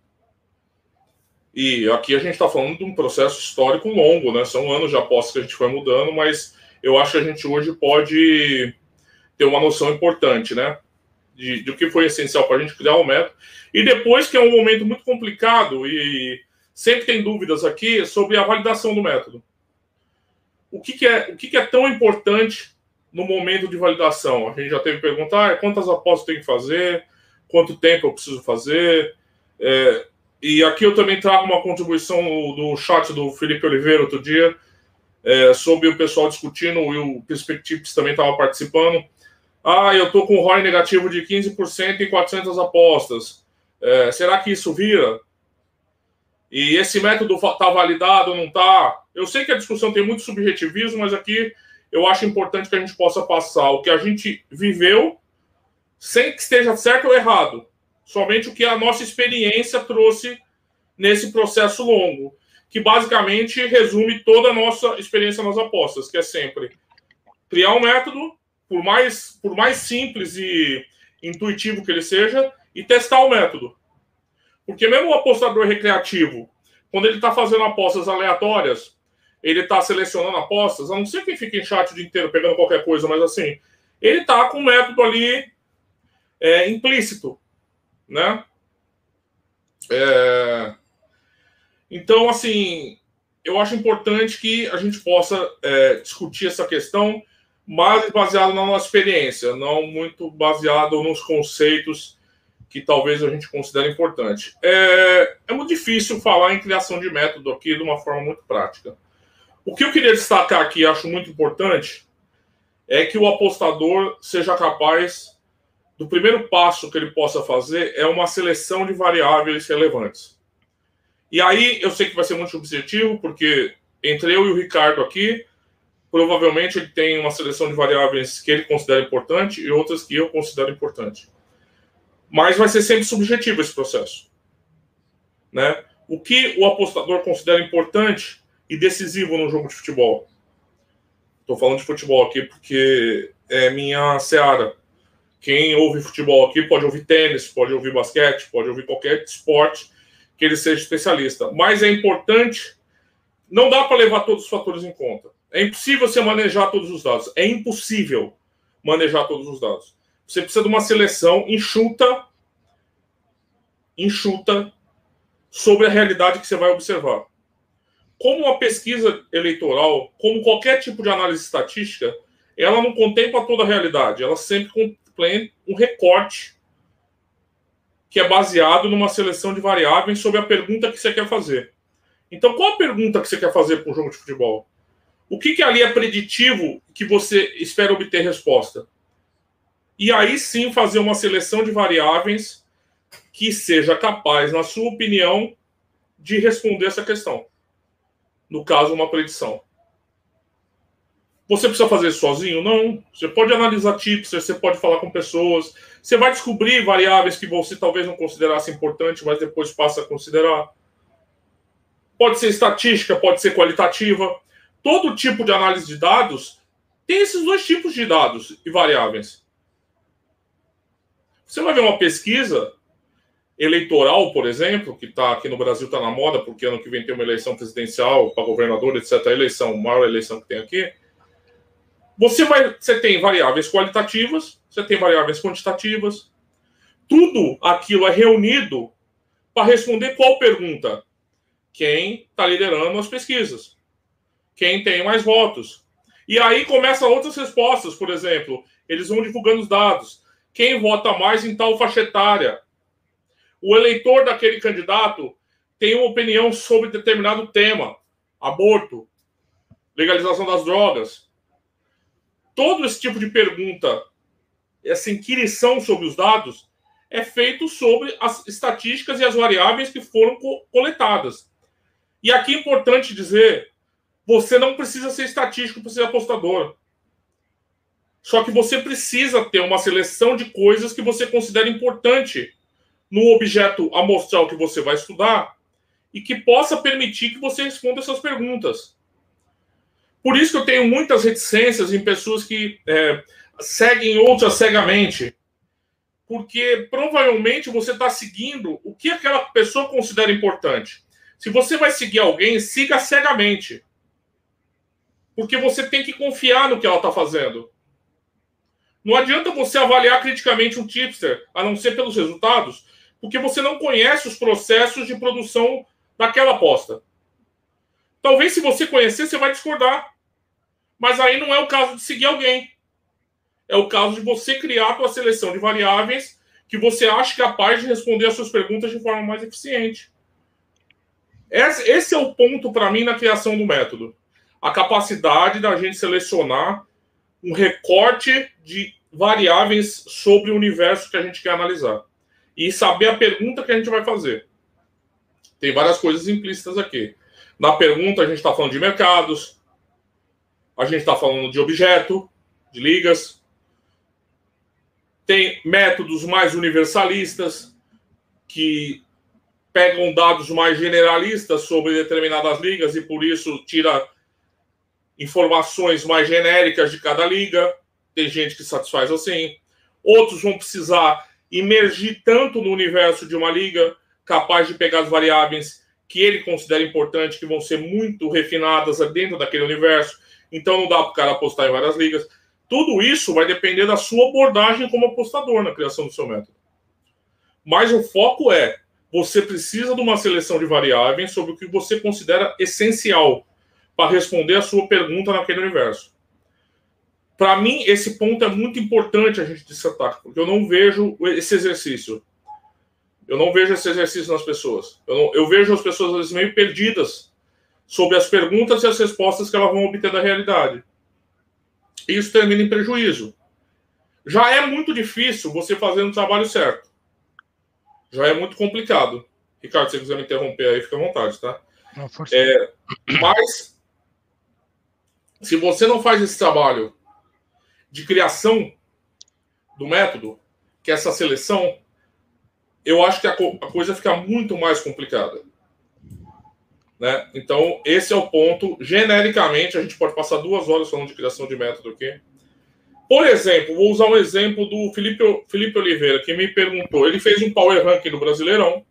E aqui a gente está falando de um processo histórico longo, né? São anos de aposta que a gente foi mudando, mas eu acho que a gente hoje pode ter uma noção importante, né? De o que foi essencial para a gente criar o método. E depois, que é um momento muito complicado, e sempre tem dúvidas aqui sobre a validação do método. O que é tão importante no momento de validação? A gente já teve que perguntar quantas apostas tem que fazer, quanto tempo eu preciso fazer. E aqui eu também trago uma contribuição do chat do Felipe Oliveira outro dia, sobre o pessoal discutindo, e o Perspectives também estava participando. Eu estou com um ROI negativo de 15% em 400 apostas. Será que isso vira? E esse método está validado ou não está? Eu sei que a discussão tem muito subjetivismo, mas aqui eu acho importante que a gente possa passar o que a gente viveu, sem que esteja certo ou errado. Somente o que a nossa experiência trouxe nesse processo longo, que basicamente resume toda a nossa experiência nas apostas, que é sempre criar um método, por mais simples e intuitivo que ele seja, e testar o método. Porque mesmo o apostador recreativo, quando ele está fazendo apostas aleatórias, ele está selecionando apostas, a não ser quem fica em chat o dia inteiro pegando qualquer coisa, mas assim, ele está com um método ali implícito, né? Então, assim, eu acho importante que a gente possa discutir essa questão, mas baseado na nossa experiência, não muito baseado nos conceitos que talvez a gente considere importante. É muito difícil falar em criação de método aqui de uma forma muito prática. O que eu queria destacar aqui, acho muito importante, é que o apostador seja capaz, do primeiro passo que ele possa fazer, é uma seleção de variáveis relevantes. E aí, eu sei que vai ser muito subjetivo, porque entre eu e o Ricardo aqui, provavelmente ele tem uma seleção de variáveis que ele considera importante e outras que eu considero importante. Mas vai ser sempre subjetivo esse processo, né? O que o apostador considera importante e decisivo no jogo de futebol? Estou falando de futebol aqui porque é minha seara. Quem ouve futebol aqui pode ouvir tênis, pode ouvir basquete, pode ouvir qualquer esporte que ele seja especialista. Mas é importante, não dá para levar todos os fatores em conta. É impossível você manejar todos os dados. É impossível manejar todos os dados. Você precisa de uma seleção enxuta sobre a realidade que você vai observar. Como uma pesquisa eleitoral, como qualquer tipo de análise estatística, ela não contempla toda a realidade. Ela sempre contempla um recorte que é baseado numa seleção de variáveis sobre a pergunta que você quer fazer. Então, qual a pergunta que você quer fazer para um jogo de futebol? O que ali é preditivo que você espera obter resposta? E aí sim fazer uma seleção de variáveis que seja capaz, na sua opinião, de responder essa questão. No caso, uma predição. Você precisa fazer isso sozinho? Não. Você pode analisar tipos, você pode falar com pessoas, você vai descobrir variáveis que você talvez não considerasse importante, mas depois passa a considerar. Pode ser estatística, pode ser qualitativa. Todo tipo de análise de dados tem esses dois tipos de dados e variáveis. Você vai ver uma pesquisa eleitoral, por exemplo, que tá aqui no Brasil está na moda, porque ano que vem tem uma eleição presidencial para governador, etc. A maior eleição que tem aqui. Você tem variáveis qualitativas, você tem variáveis quantitativas. Tudo aquilo é reunido para responder qual pergunta? Quem está liderando as pesquisas? Quem tem mais votos? E aí começam outras respostas, por exemplo, eles vão divulgando os dados. Quem vota mais em tal faixa etária? O eleitor daquele candidato tem uma opinião sobre determinado tema. Aborto, legalização das drogas. Todo esse tipo de pergunta, essa inquirição sobre os dados, é feito sobre as estatísticas e as variáveis que foram coletadas. E aqui é importante dizer, você não precisa ser estatístico para ser apostador. Só que você precisa ter uma seleção de coisas que você considera importante no objeto amostral que você vai estudar e que possa permitir que você responda essas perguntas. Por isso que eu tenho muitas reticências em pessoas que seguem outras cegamente. Porque provavelmente você está seguindo o que aquela pessoa considera importante. Se você vai seguir alguém, siga cegamente. Porque você tem que confiar no que ela está fazendo. Não adianta você avaliar criticamente um tipster, a não ser pelos resultados, porque você não conhece os processos de produção daquela aposta. Talvez se você conhecer, você vai discordar. Mas aí não é o caso de seguir alguém. É o caso de você criar a sua seleção de variáveis que você acha capaz de responder as suas perguntas de forma mais eficiente. Esse é o ponto, para mim, na criação do método. A capacidade da gente selecionar um recorte de variáveis sobre o universo que a gente quer analisar. E saber a pergunta que a gente vai fazer. Tem várias coisas implícitas aqui. Na pergunta, a gente está falando de mercados, a gente está falando de objeto, de ligas. Tem métodos mais universalistas, que pegam dados mais generalistas sobre determinadas ligas e, por isso, tira informações mais genéricas de cada liga. Tem gente que satisfaz assim. Outros vão precisar imergir tanto no universo de uma liga, capaz de pegar as variáveis que ele considera importantes, que vão ser muito refinadas dentro daquele universo. Então não dá para o cara apostar em várias ligas. Tudo isso vai depender da sua abordagem como apostador na criação do seu método. Mas o foco é, você precisa de uma seleção de variáveis sobre o que você considera essencial para responder a sua pergunta naquele universo. Para mim, esse ponto é muito importante a gente dissertar, porque eu não vejo esse exercício. Eu não vejo esse exercício nas pessoas. Eu vejo as pessoas, às vezes, meio perdidas sobre as perguntas e as respostas que elas vão obter da realidade. E isso termina em prejuízo. Já é muito difícil você fazer um trabalho certo. Já é muito complicado. Ricardo, se você quiser me interromper aí, fica à vontade, tá? Não, força. Mas, se você não faz esse trabalho de criação do método, que é essa seleção, eu acho que a coisa fica muito mais complicada. Né? Então, esse é o ponto. Genericamente, a gente pode passar 2 horas falando de criação de método aqui. Por exemplo, vou usar um exemplo do Felipe Oliveira, que me perguntou. Ele fez um Power Ranking no Brasileirão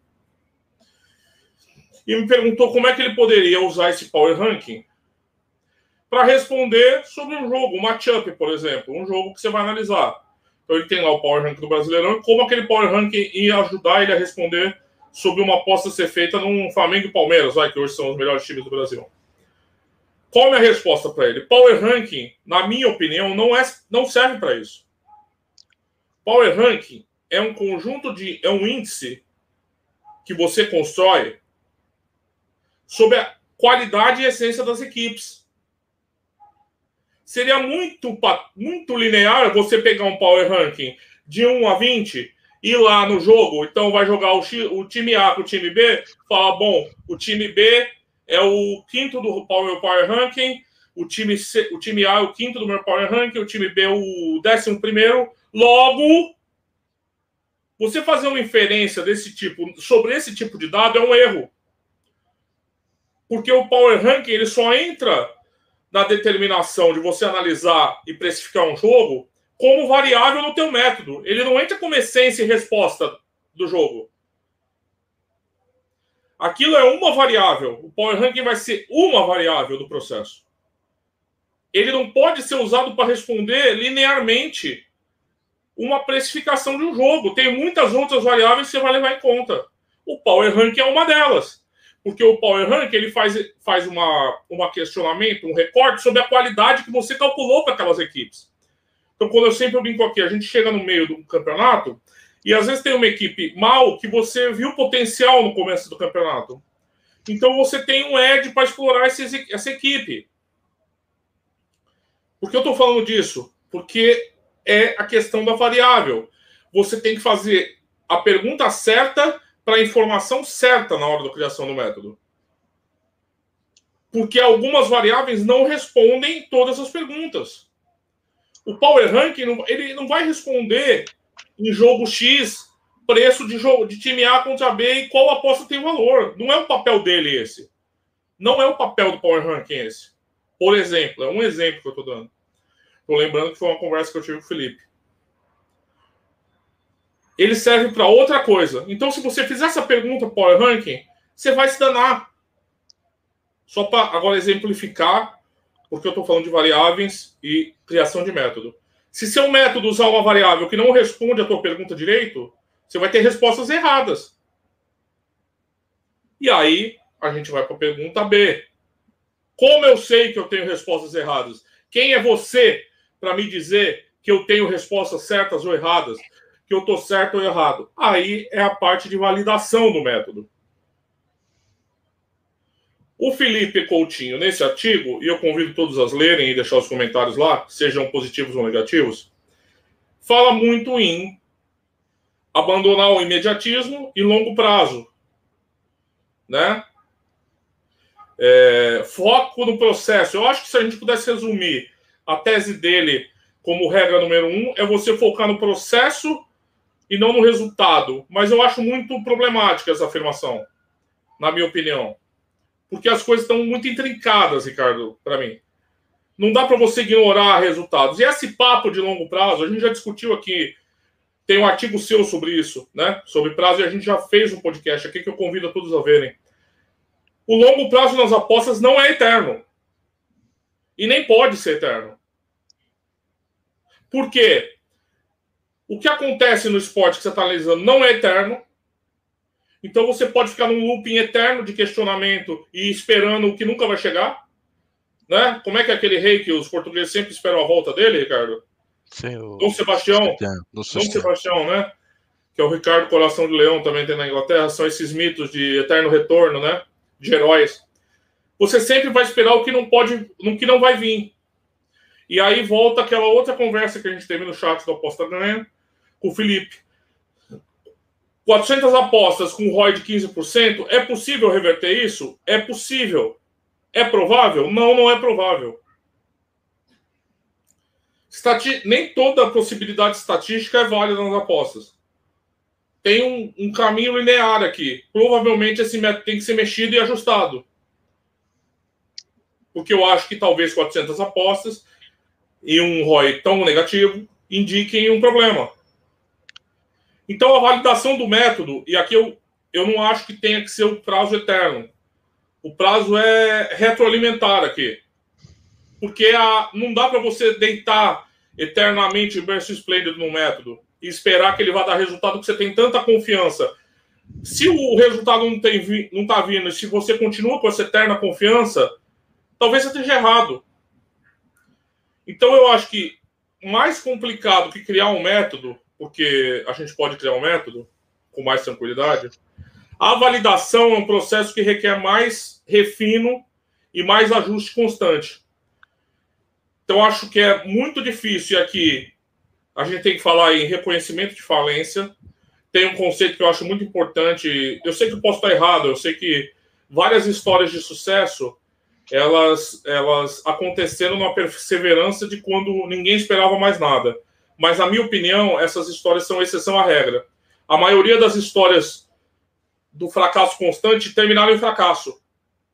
e me perguntou como é que ele poderia usar esse Power Ranking para responder sobre um jogo, um matchup, por exemplo, um jogo que você vai analisar. Então, ele tem lá o Power Ranking do Brasileirão e como aquele Power Ranking ia ajudar ele a responder sobre uma aposta a ser feita num Flamengo e Palmeiras, que hoje são os melhores times do Brasil. Qual é a minha resposta para ele? Power Ranking, na minha opinião, não serve para isso. Power Ranking é um conjunto é um índice que você constrói sobre a qualidade e essência das equipes. Seria muito linear você pegar um Power Ranking de 1 a 20 ir lá no jogo, então vai jogar o time A com o time B, fala, bom, o time B é o 5º do meu Power Ranking, o time A é o 5º do meu Power Ranking, o time B é o 11º, logo, você fazer uma inferência desse tipo, sobre esse tipo de dado é um erro. Porque o Power Ranking, ele só entra na determinação de você analisar e precificar um jogo como variável no teu método. Ele não entra como essência e resposta do jogo. Aquilo é uma variável. O Power Ranking vai ser uma variável do processo. Ele não pode ser usado para responder linearmente uma precificação de um jogo. Tem muitas outras variáveis que você vai levar em conta. O Power Ranking é uma delas. Porque o Power Ranking ele faz uma questionamento, um recorte sobre a qualidade que você calculou para aquelas equipes. Então, quando eu sempre brinco aqui, a gente chega no meio do campeonato e às vezes tem uma equipe mal que você viu potencial no começo do campeonato. Então, você tem um edge para explorar essa equipe. Por que eu estou falando disso? Porque é a questão da variável. Você tem que fazer a pergunta certa para a informação certa na hora da criação do método. Porque algumas variáveis não respondem todas as perguntas. O Power Ranking ele não vai responder em jogo X, preço de time A contra B e qual aposta tem valor. Não é o papel dele esse. Não é o papel do Power Ranking esse. Por exemplo, é um exemplo que eu estou dando. Estou lembrando que foi uma conversa que eu tive com o Felipe. Ele serve para outra coisa. Então, se você fizer essa pergunta para o Power Ranking, você vai se danar. Só para agora exemplificar, porque eu estou falando de variáveis e criação de método. Se seu método usar uma variável que não responde a tua pergunta direito, você vai ter respostas erradas. E aí, a gente vai para a pergunta B. Como eu sei que eu tenho respostas erradas? Quem é você para me dizer que eu tenho respostas certas ou erradas? Que eu estou certo ou errado? Aí é a parte de validação do método. O Felipe Coutinho, nesse artigo, e eu convido todos a lerem e deixar os comentários lá, sejam positivos ou negativos, fala muito em abandonar o imediatismo e longo prazo. Né? Foco no processo. Eu acho que se a gente pudesse resumir a tese dele como regra número 1, é você focar no processo e não no resultado. Mas eu acho muito problemática essa afirmação, na minha opinião. Porque as coisas estão muito intrincadas, Ricardo, para mim. Não dá para você ignorar resultados. E esse papo de longo prazo, a gente já discutiu aqui, tem um artigo seu sobre isso, né? Sobre prazo, e a gente já fez um podcast aqui que eu convido a todos a verem. O longo prazo nas apostas não é eterno. E nem pode ser eterno. Por quê? O que acontece no esporte que você está analisando não é eterno. Então você pode ficar num looping eterno de questionamento e esperando o que nunca vai chegar. Né? Como é que é aquele rei que os portugueses sempre esperam a volta dele, Ricardo? Sim, o Dom Sebastião. Dom Sebastião, né? Que é o Ricardo Coração de Leão, também tem na Inglaterra. São esses mitos de eterno retorno, né? De heróis. Você sempre vai esperar o que não pode, no que não vai vir. E aí volta aquela outra conversa que a gente teve no chat do Aposta Ganha com o Felipe. 400 apostas com ROI de 15%, é possível reverter isso? É possível. É provável? Não, não é provável. Nem toda a possibilidade estatística é válida nas apostas. Tem um caminho linear aqui. Provavelmente esse método tem que ser mexido e ajustado. Porque eu acho que talvez 400 apostas e um ROI tão negativo indiquem um problema. Então, a validação do método, e aqui eu não acho que tenha que ser o prazo eterno. O prazo é retroalimentar aqui. Porque não dá para você deitar eternamente versus splendid no método e esperar que ele vá dar resultado que você tem tanta confiança. Se o resultado não está vindo e se você continua com essa eterna confiança, talvez você esteja errado. Então, eu acho que mais complicado que criar um método, porque a gente pode criar um método com mais tranquilidade, a validação é um processo que requer mais refino e mais ajuste constante. Então, acho que é muito difícil, e aqui a gente tem que falar em reconhecimento de falência. Tem um conceito que eu acho muito importante. Eu sei que eu posso estar errado, eu sei que várias histórias de sucesso, elas aconteceram numa perseverança de quando ninguém esperava mais nada. Mas, na minha opinião, essas histórias são exceção à regra. A maioria das histórias do fracasso constante terminaram em fracasso.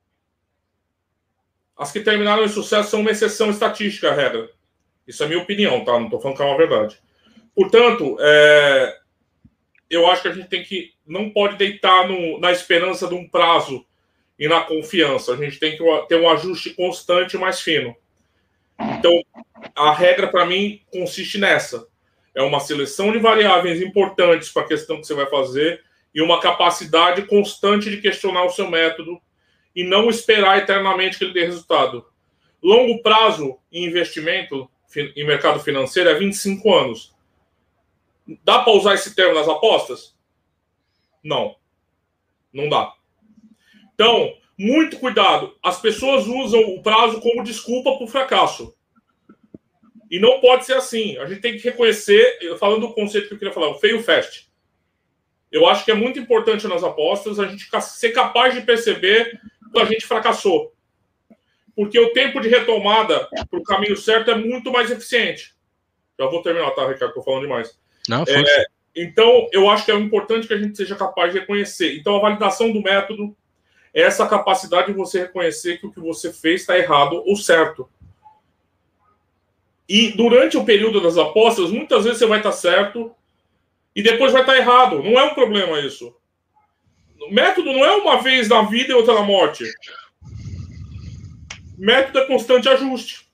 As que terminaram em sucesso são uma exceção estatística à regra. Isso é a minha opinião, tá? Não estou falando que é uma verdade. Portanto, eu acho que a gente não pode deitar na esperança de um prazo e na confiança. A gente tem que ter um ajuste constante mais fino. Então, a regra, para mim, consiste nessa. É uma seleção de variáveis importantes para a questão que você vai fazer e uma capacidade constante de questionar o seu método e não esperar eternamente que ele dê resultado. Longo prazo em investimento em mercado financeiro é 25 anos. Dá para usar esse termo nas apostas? Não. Não dá. Então, muito cuidado. As pessoas usam o prazo como desculpa para o fracasso. E não pode ser assim. A gente tem que reconhecer, falando do conceito que eu queria falar, o fail fast. Eu acho que é muito importante nas apostas a gente ser capaz de perceber que a gente fracassou. Porque o tempo de retomada para o caminho certo é muito mais eficiente. Já vou terminar, tá, Ricardo? Estou falando demais. Não, força. Então, eu acho que é importante que a gente seja capaz de reconhecer. Então, a validação do método é essa capacidade de você reconhecer que o que você fez está errado ou certo. E durante o período das apostas, muitas vezes você vai estar certo e depois vai estar errado. Não é um problema isso. O método não é uma vez na vida e outra na morte. O método é constante ajuste.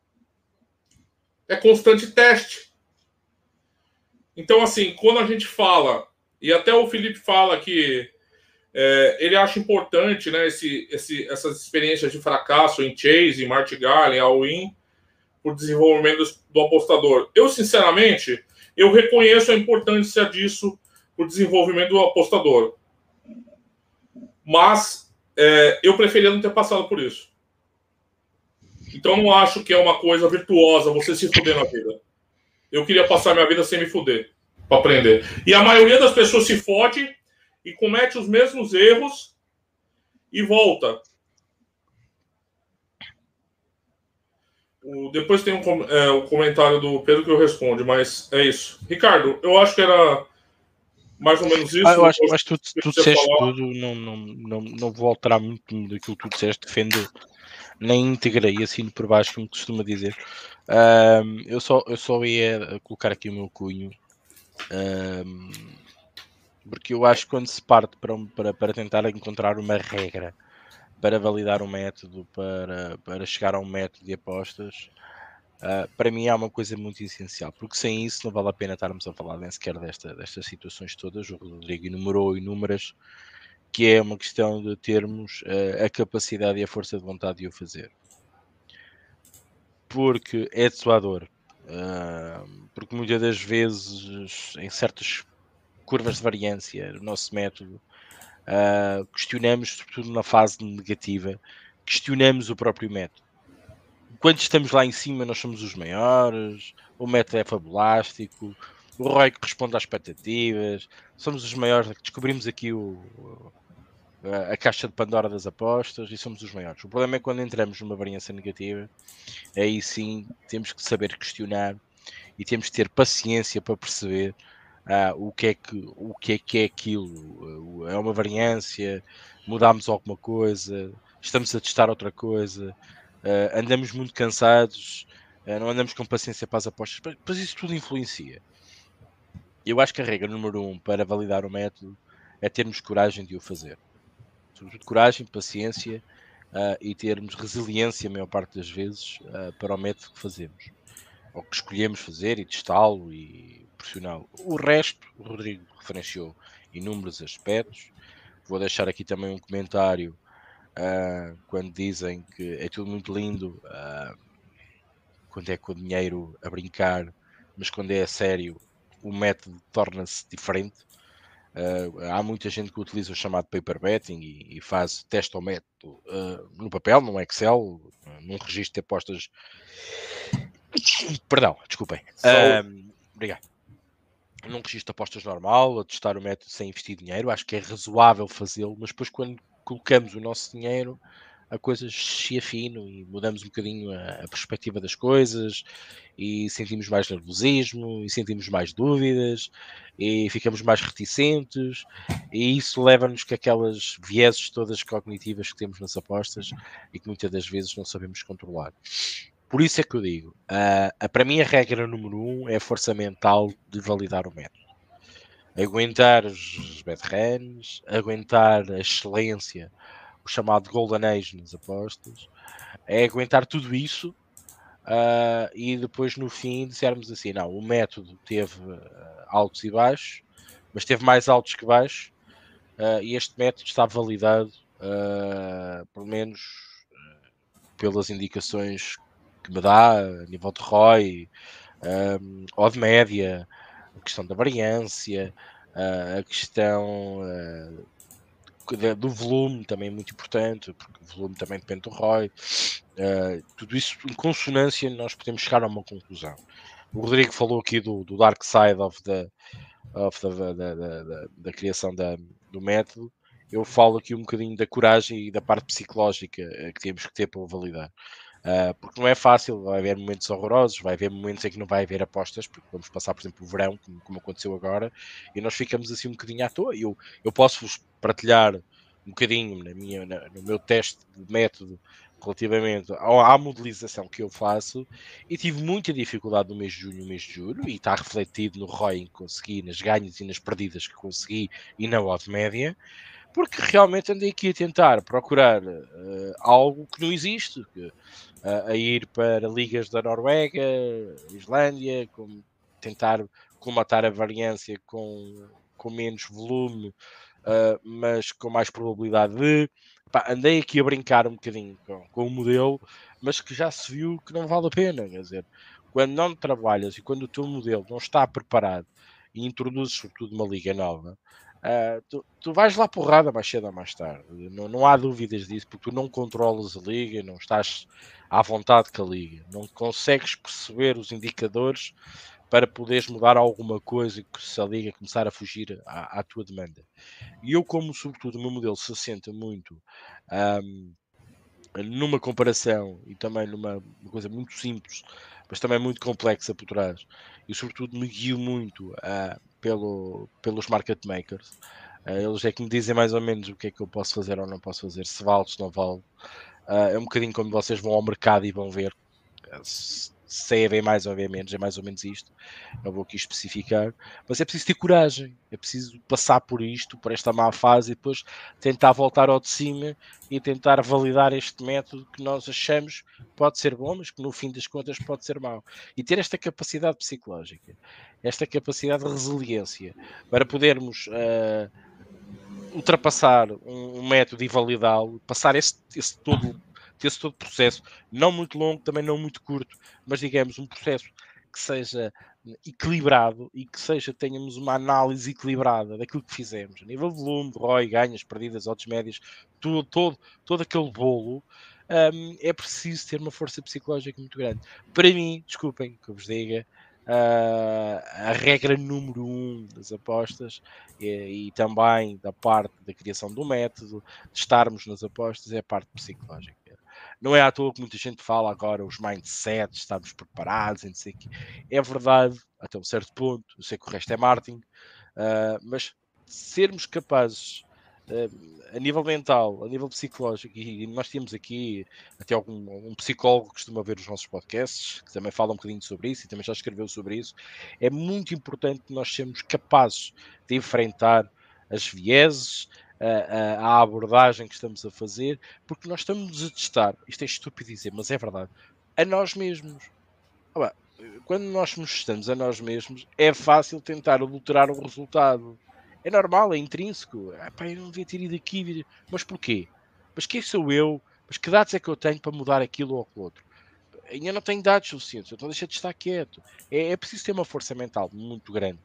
É constante teste. Então, assim, quando a gente fala, e até o Felipe fala que ele acha importante, né, essas experiências de fracasso em Chase, em Martingale, em All-in, por desenvolvimento do apostador. Eu, sinceramente, eu reconheço a importância disso para o desenvolvimento do apostador. Mas eu preferia não ter passado por isso. Então, não acho que é uma coisa virtuosa você se fuder na vida. Eu queria passar minha vida sem me fuder, para aprender. E a maioria das pessoas se fode e comete os mesmos erros e volta. Depois tem um comentário do Pedro que eu respondo, mas é isso. Ricardo, eu acho que era mais ou menos isso. Eu acho que tu disseste tudo, não vou alterar muito daquilo que tu disseste, defendo na íntegra e assim por baixo, como costuma dizer. Eu só ia colocar aqui o meu cunho, porque eu acho que quando se parte para tentar encontrar uma regra para validar um método, para chegar a um método de apostas, para mim há uma coisa muito essencial, porque sem isso não vale a pena estarmos a falar nem sequer destas situações todas. O Rodrigo enumerou inúmeras, que é uma questão de termos a capacidade e a força de vontade de o fazer. Porque é desolador. Porque muitas das vezes, em certas curvas de variância, o nosso método, questionamos, sobretudo na fase negativa, questionamos o próprio método. Quando estamos lá em cima, nós somos os maiores, o método é fabulástico, o ROI que responde às expectativas, somos os maiores, descobrimos aqui a caixa de Pandora das apostas e somos os maiores. O problema é quando entramos numa variância negativa, aí sim temos que saber questionar e temos que ter paciência para perceber o que é aquilo. É uma variância, mudamos alguma coisa, estamos a testar outra coisa, andamos muito cansados, não andamos com paciência para as apostas, mas isso tudo influencia. Eu acho que a regra número 1 para validar o método é termos coragem de o fazer. Sobretudo coragem, paciência e termos resiliência a maior parte das vezes para o método que fazemos. Ou que escolhemos fazer e testá-lo e pressioná-lo. O resto, o Rodrigo referenciou inúmeros aspectos. Vou deixar aqui também um comentário quando dizem que é tudo muito lindo quando é com o dinheiro a brincar, mas quando é a sério o método torna-se diferente. Há muita gente que utiliza o chamado paper betting e faz teste ao método no papel, num Excel, num registro de apostas. Perdão, desculpem. Obrigado. Num registro de apostas normal, a testar o método sem investir dinheiro, acho que é razoável fazê-lo, mas depois quando colocamos o nosso dinheiro, a coisa se afina e mudamos um bocadinho a perspectiva das coisas e sentimos mais nervosismo e sentimos mais dúvidas e ficamos mais reticentes e isso leva-nos com aquelas vieses todas cognitivas que temos nas apostas e que muitas das vezes não sabemos controlar. Por isso é que eu digo, para mim a regra número 1 é a força mental de validar o método. Aguentar os bad runs, aguentar a excelência, o chamado golden age nas apostas, é aguentar tudo isso e depois no fim dissermos assim, não, o método teve altos e baixos, mas teve mais altos que baixos e este método está validado pelo menos pelas indicações que me dá a nível de ROI ou de média, a questão da variância, a questão do volume também é muito importante, porque o volume também depende do ROI. Tudo isso em consonância nós podemos chegar a uma conclusão. O Rodrigo falou aqui do dark side of da criação do método, eu falo aqui um bocadinho da coragem e da parte psicológica que temos que ter para o validar. Porque não é fácil, vai haver momentos horrorosos, vai haver momentos em que não vai haver apostas, porque vamos passar, por exemplo, o verão, como aconteceu agora, e nós ficamos assim um bocadinho à toa. Eu posso-vos partilhar um bocadinho no meu teste de método relativamente à modelização que eu faço, e tive muita dificuldade no mês de junho e no mês de julho, e está refletido no ROI que consegui, nas ganhas e nas perdidas que consegui, e na odd média, porque realmente andei aqui a tentar procurar algo que não existe, a ir para ligas da Noruega, Islândia, tentar colmatar a variância com menos volume, mas com mais probabilidade de. Pá, andei aqui a brincar um bocadinho com o modelo, mas que já se viu que não vale a pena. Quer dizer, quando não trabalhas e quando o teu modelo não está preparado e introduzes, sobretudo, uma liga nova, tu vais lá porrada mais cedo ou mais tarde. Não há dúvidas disso, porque tu não controlas a liga, não estás à vontade com a liga, não consegues perceber os indicadores para poderes mudar alguma coisa que se a liga começar a fugir à tua demanda. E eu, como sobretudo o meu modelo se assenta muito numa comparação e também numa coisa muito simples, mas também muito complexa por trás, e sobretudo me guio muito pelos market makers. Eles é que me dizem mais ou menos o que é que eu posso fazer ou não posso fazer, se vale, se não vale. É um bocadinho como vocês vão ao mercado e vão ver se é bem mais ou bem menos, é mais ou menos isto. Não vou aqui especificar, mas é preciso ter coragem, é preciso passar por isto, por esta má fase, e depois tentar voltar ao de cima e tentar validar este método que nós achamos pode ser bom, mas que no fim das contas pode ser mau. E ter esta capacidade psicológica, esta capacidade de resiliência, para podermos ultrapassar um método e validá-lo, passar esse todo processo, não muito longo, também não muito curto, mas digamos um processo que seja equilibrado e que tenhamos uma análise equilibrada daquilo que fizemos, a nível de volume, de ROI, ganhas, perdidas, odds médias, todo aquele bolo. É preciso ter uma força psicológica muito grande. Para mim, desculpem que eu vos diga, a regra número 1 das apostas e também da parte da criação do método, de estarmos nas apostas, é a parte psicológica. Não é à toa que muita gente fala agora os mindsets, estamos preparados, não sei o quê. É verdade, até um certo ponto, eu sei que o resto é marketing, mas sermos capazes a nível mental, a nível psicológico, e nós temos aqui até um psicólogo que costuma ver os nossos podcasts, que também fala um bocadinho sobre isso e também já escreveu sobre isso. É muito importante que nós sermos capazes de enfrentar as vieses, a abordagem que estamos a fazer, porque nós estamos a testar, isto é estúpido dizer, mas é verdade, a nós mesmos. Ah, quando nós nos testamos a nós mesmos, é fácil tentar adulterar o resultado. É normal, é intrínseco. Pá, eu não devia ter ido aqui. Mas porquê? Mas quem sou eu? Mas que dados é que eu tenho para mudar aquilo ou aquilo outro? Ainda não tenho dados suficientes, então deixa de estar quieto. É preciso ter uma força mental muito grande.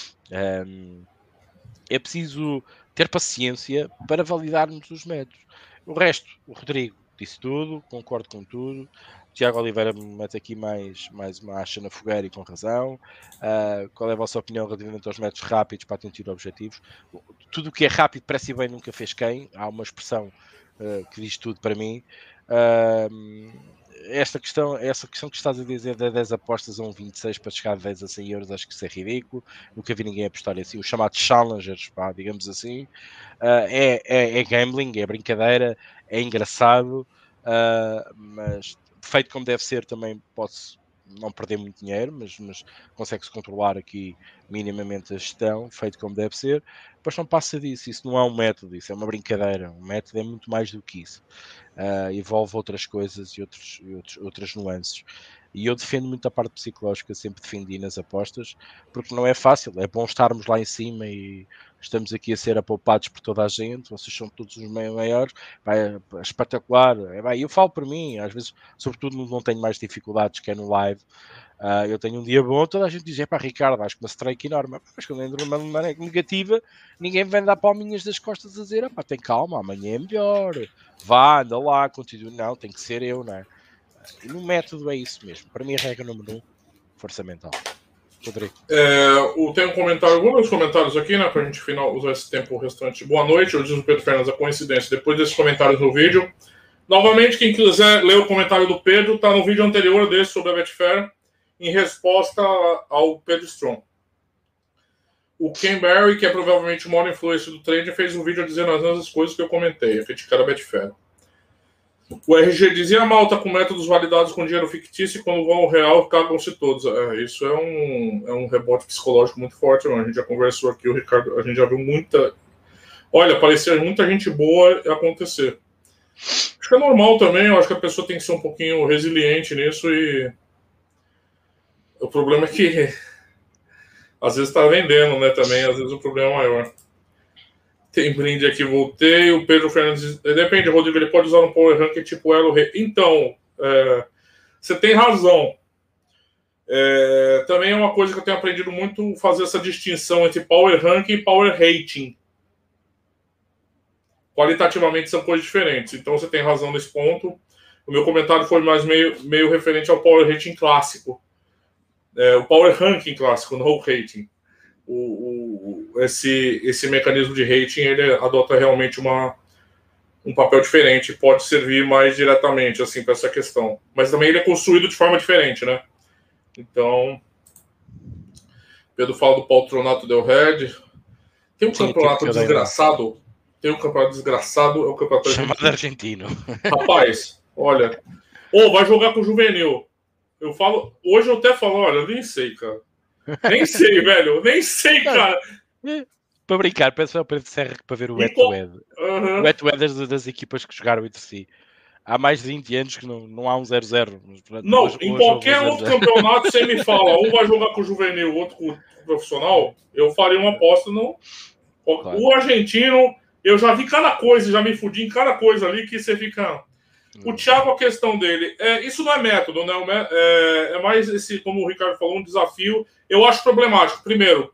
É preciso ter paciência para validarmos os métodos. O resto, o Rodrigo disse tudo, concordo com tudo. O Tiago Oliveira mete aqui mais uma acha na fogueira e com razão. Qual é a vossa opinião relativamente aos métodos rápidos para atingir objetivos? Tudo o que é rápido, parece bem, nunca fez quem. Há uma expressão que diz tudo para mim. Essa questão que estás a dizer de 10 apostas a um 26 para chegar a 10 a 100 euros, acho que isso é ridículo. Nunca vi ninguém apostar assim. Os chamados challengers, pá, digamos assim, é gambling, é brincadeira, é engraçado, mas feito como deve ser também pode-se não perder muito dinheiro, mas consegue-se controlar aqui minimamente a gestão, feito como deve ser. Depois não passa disso, isso não é um método, isso é uma brincadeira. Um método é muito mais do que isso. Envolve outras coisas e outras nuances. E eu defendo muito a parte psicológica, sempre defendi nas apostas, porque não é fácil, é bom estarmos lá em cima e estamos aqui a ser apoupados por toda a gente, vocês são todos os maiores, vai, espetacular. Eu falo por mim, às vezes, sobretudo não tenho mais dificuldades que é no live. Eu tenho um dia bom, toda a gente diz, pá, Ricardo, acho que uma strike enorme, mas quando entro numa maneira negativa, ninguém vem dar palminhas das costas a dizer, pá, tem calma, amanhã é melhor, vá, anda lá, continua, não, tem que ser eu, não é? E no método é isso mesmo, para mim a regra número 1, força mental. Rodrigo. Tem um comentário, vou ler os comentários aqui, né, pra gente usar esse tempo restante. Boa noite, eu diz o Pedro Fernandes, a coincidência. Depois desses comentários no vídeo. Novamente, quem quiser ler o comentário do Pedro, tá no vídeo anterior desse sobre a Betfair, em resposta ao Pedro Strong. O Ken Barry, que é provavelmente o maior influência do trend, fez um vídeo dizendo as mesmas coisas que eu comentei, a criticar a Betfair. O RG dizia a malta com métodos validados com dinheiro fictício e quando vão ao real, cagam-se todos. Isso é um rebote psicológico muito forte, mano. A gente já conversou aqui, o Ricardo, a gente já viu muita... Olha, parecia muita gente boa acontecer. Acho que é normal também, eu acho que a pessoa tem que ser um pouquinho resiliente nisso e... O problema é que às vezes tá vendendo, né, também, às vezes o problema é maior. Tem brinde aqui, voltei. O Pedro Fernandes. Depende, Rodrigo, ele pode usar um Power Rank tipo Elo Rei. Então, você tem razão. Também é uma coisa que eu tenho aprendido muito, fazer essa distinção entre Power Rank e Power Rating. Qualitativamente são coisas diferentes. Então você tem razão nesse ponto. O meu comentário foi mais meio referente ao Power Rating clássico. O Power Ranking clássico, não o Rating. Esse mecanismo de rating, ele adota realmente um papel diferente, pode servir mais diretamente assim para essa questão, mas também ele é construído de forma diferente, né? Então, Pedro fala do Patronato Del Red. Tem um campeonato desgraçado. Tem um campeonato desgraçado, é o campeonato chamado argentino. Rapaz, olha, vai jogar com o Juvenil. Eu falo, hoje eu até falo, olha, eu nem sei, cara. Nem sei, velho. Eu nem sei, cara. Para brincar, peço ao Pedro Serra para ver o head-to-head. O head-to-head das equipas que jogaram entre si. Há mais de 20 anos que não há um 0-0. Não, hoje, em qualquer outro campeonato, você me fala, um vai jogar com o juvenil, o outro com o profissional, eu faria uma aposta no... Claro. O argentino, eu já vi cada coisa, já me fudi em cada coisa ali que você fica... O Thiago, a questão dele, isso não é método, né? É mais esse, como o Ricardo falou, um desafio. Eu acho problemático. Primeiro,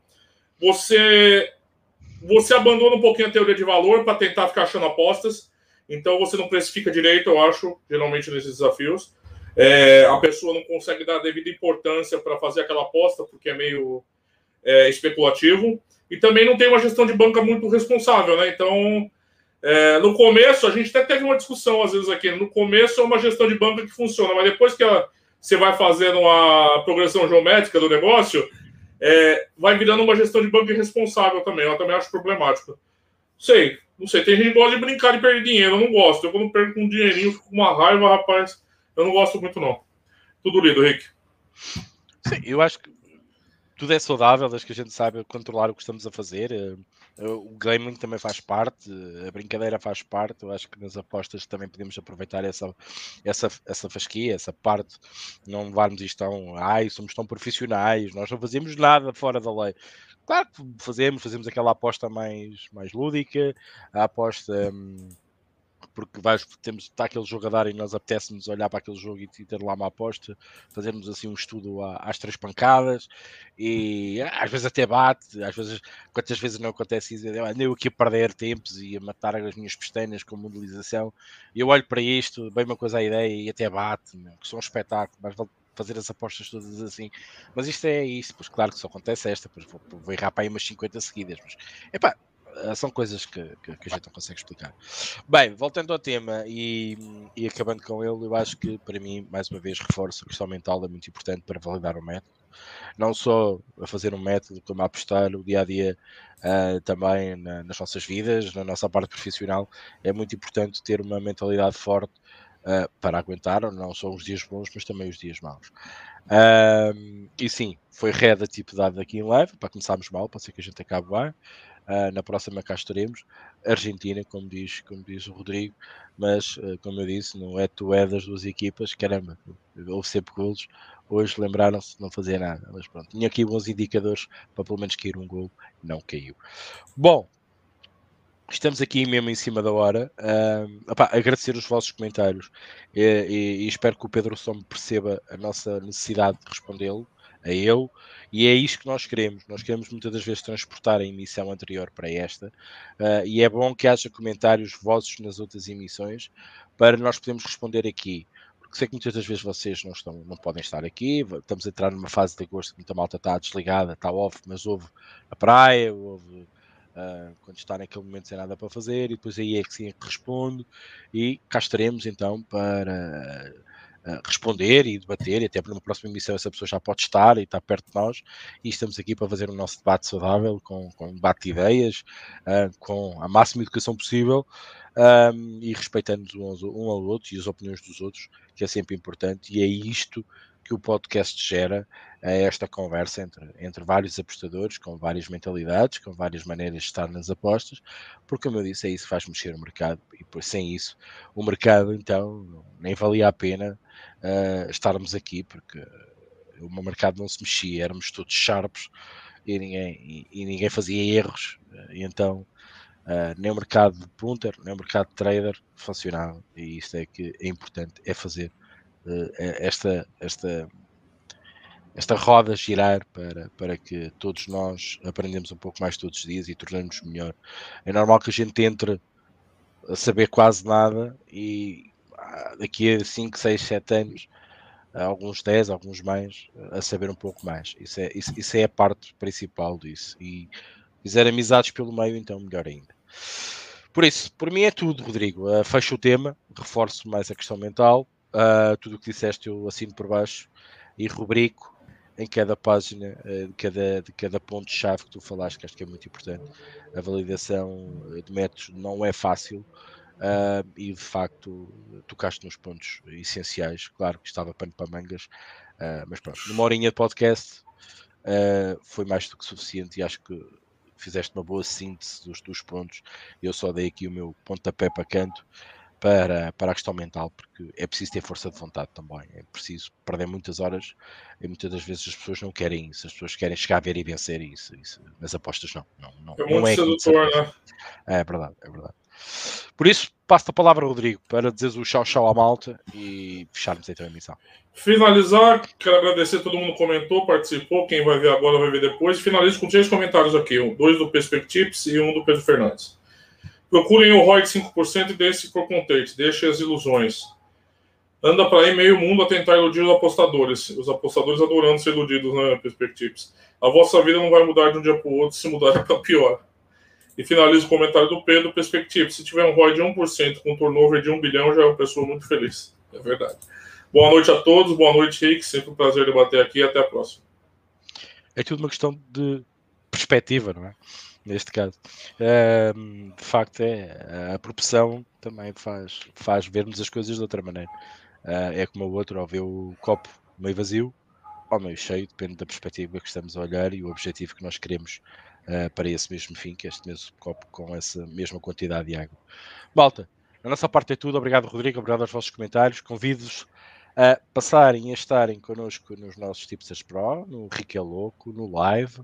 você abandona um pouquinho a teoria de valor para tentar ficar achando apostas. Então você não precifica direito, eu acho, geralmente nesses desafios. A pessoa não consegue dar a devida importância para fazer aquela aposta, porque é meio especulativo. E também não tem uma gestão de banca muito responsável, né? Então... no começo, a gente até teve uma discussão às vezes aqui. No começo é uma gestão de banca que funciona, mas depois que você vai fazendo a progressão geométrica do negócio, vai virando uma gestão de banca irresponsável também. Eu também acho problemático. Não sei. Tem gente que gosta de brincar de perder dinheiro. Eu não gosto. Eu, quando perco um dinheirinho, fico com uma raiva, rapaz. Eu não gosto muito, não. Tudo lido, Rick. Sim, eu acho que tudo é saudável, desde que a gente saiba controlar o que estamos a fazer. O gambling também faz parte, a brincadeira faz parte. Eu acho que nas apostas também podemos aproveitar essa fasquia, essa parte. Não levarmos isto tão, somos tão profissionais, nós não fazemos nada fora da lei. Claro que fazemos aquela aposta mais lúdica, a aposta... porque está aquele jogo a dar e nós apetece-nos olhar para aquele jogo e ter lá uma aposta, fazermos assim um estudo às 3 pancadas e às vezes até bate, quantas vezes não acontece isso, eu ando aqui a perder tempos e a matar as minhas pestanas com modelização e eu olho para isto, bem uma coisa à ideia e até bate, que são um espetáculo, mas vou fazer as apostas todas assim, mas isto é isso, pois claro que só acontece esta, pois vou errar para aí umas 50 seguidas, mas epá, são coisas que a gente não consegue explicar. Bem, voltando ao tema e acabando com ele, eu acho que para mim, mais uma vez, reforço a questão mental é muito importante para validar o método. Não só a fazer um método, como a apostar o dia a dia também nas nossas vidas, na nossa parte profissional. É muito importante ter uma mentalidade forte para aguentar não só os dias bons, mas também os dias maus. E sim, foi red a tipo dado aqui em live, para começarmos mal, pode ser que a gente acabe bem. Na próxima cá estaremos. Argentina, como diz o Rodrigo, mas como eu disse, não é das duas equipas, caramba, houve sempre golos. Hoje lembraram-se de não fazer nada, mas pronto, tinha aqui bons indicadores para pelo menos cair um gol, não caiu. Bom, estamos aqui mesmo em cima da hora. Agradecer os vossos comentários e espero que o Pedro só me perceba a nossa necessidade de respondê-lo a ele, e é isto que nós queremos. Nós queremos muitas das vezes transportar a emissão anterior para esta, e é bom que haja comentários vossos nas outras emissões para nós podermos responder aqui. sei que muitas das vezes vocês não podem estar aqui, estamos a entrar numa fase de agosto que muita malta está desligada, está off, mas ouve a praia, ouve quando está naquele momento sem nada para fazer, e depois aí é que sim é que respondo, e cá estaremos então para responder e debater, e até para uma próxima emissão essa pessoa já pode estar e está perto de nós, e estamos aqui para fazer o nosso debate saudável, com um debate de ideias, com a máxima educação possível, e respeitando um ao outro e as opiniões dos outros, que é sempre importante, e é isto que o podcast gera, é esta conversa entre vários apostadores, com várias mentalidades, com várias maneiras de estar nas apostas, porque, como eu disse, é isso que faz mexer o mercado, e por, sem isso, o mercado, então, nem valia a pena estarmos aqui, porque o meu mercado não se mexia, éramos todos sharps e ninguém fazia erros, e então nem o mercado de punter, nem o mercado de trader funcionava, e isto é que é importante, é fazer esta roda girar para que todos nós aprendemos um pouco mais todos os dias e tornamos melhor. É normal que a gente entre a saber quase nada e daqui a 5, 6, 7 anos, alguns 10, alguns mais, a saber um pouco mais. Isso é a parte principal disso. E fizer amizades pelo meio, então melhor ainda. Por isso, por mim é tudo, Rodrigo. Fecho o tema, reforço mais a questão mental. Tudo o que disseste eu assino por baixo e rubrico em cada página, de cada ponto-chave que tu falaste, que acho que é muito importante. A validação de métodos não é fácil, e de facto tocaste nos pontos essenciais. Claro que estava pano para mangas, mas pronto, numa horinha de podcast foi mais do que suficiente e acho que fizeste uma boa síntese dos pontos. Eu só dei aqui o meu pontapé para canto para a questão mental, porque é preciso ter força de vontade também, é preciso perder muitas horas e muitas das vezes as pessoas não querem isso, as pessoas querem chegar a ver e vencer isso nas apostas É não muito é aqui de sedutor, certeza. né? É verdade, é verdade. Por isso, passo a palavra, Rodrigo, para dizeres o tchau à malta e fecharmos então a emissão. Finalizar, quero agradecer a todo mundo que comentou, participou, quem vai ver agora vai ver depois. Finalizo com 3 comentários aqui, 2 do Perspectives e 1 do Pedro Fernandes. Procurem o ROI de 5% e deixe por contente, deixe as ilusões. Anda para aí meio mundo a tentar iludir os apostadores adorando ser iludidos, né, Perspectives. A vossa vida não vai mudar de um dia para o outro, se mudar é para pior. E finalizo o comentário do Pedro, Perspectives. Se tiver um ROI de 1% com um turnover de 1 bilhão, já é uma pessoa muito feliz. É verdade. Boa noite a todos, boa noite, Rick. Sempre um prazer debater aqui e até a próxima. É tudo uma questão de perspectiva, não é? Neste caso. De facto, a proporção também faz vermos as coisas de outra maneira. É como o outro, ao ver o copo meio vazio ou meio cheio, depende da perspectiva que estamos a olhar e o objetivo que nós queremos para esse mesmo fim, que é este mesmo copo com essa mesma quantidade de água. Malta, a nossa parte é tudo. Obrigado, Rodrigo. Obrigado aos vossos comentários. Convido-vos a passarem e a estarem connosco nos nossos Tipsters Pro, no Rick é Louco, no live,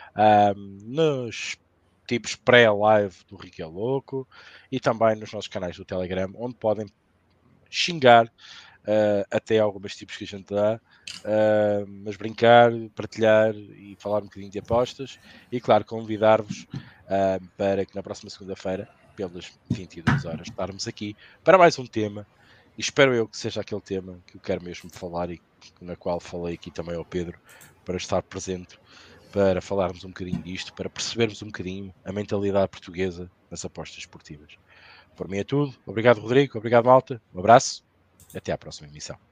nos tipos pré-live do Rick é Louco e também nos nossos canais do Telegram, onde podem xingar até alguns tipos que a gente dá, mas brincar, partilhar e falar um bocadinho de apostas e, claro, convidar-vos para que na próxima segunda-feira, pelas 22 horas, estarmos aqui para mais um tema. E espero eu que seja aquele tema que eu quero mesmo falar e na qual falei aqui também ao Pedro, para estar presente, para falarmos um bocadinho disto, para percebermos um bocadinho a mentalidade portuguesa nas apostas esportivas. Por mim é tudo. Obrigado, Rodrigo. Obrigado, malta. Um abraço. Até à próxima emissão.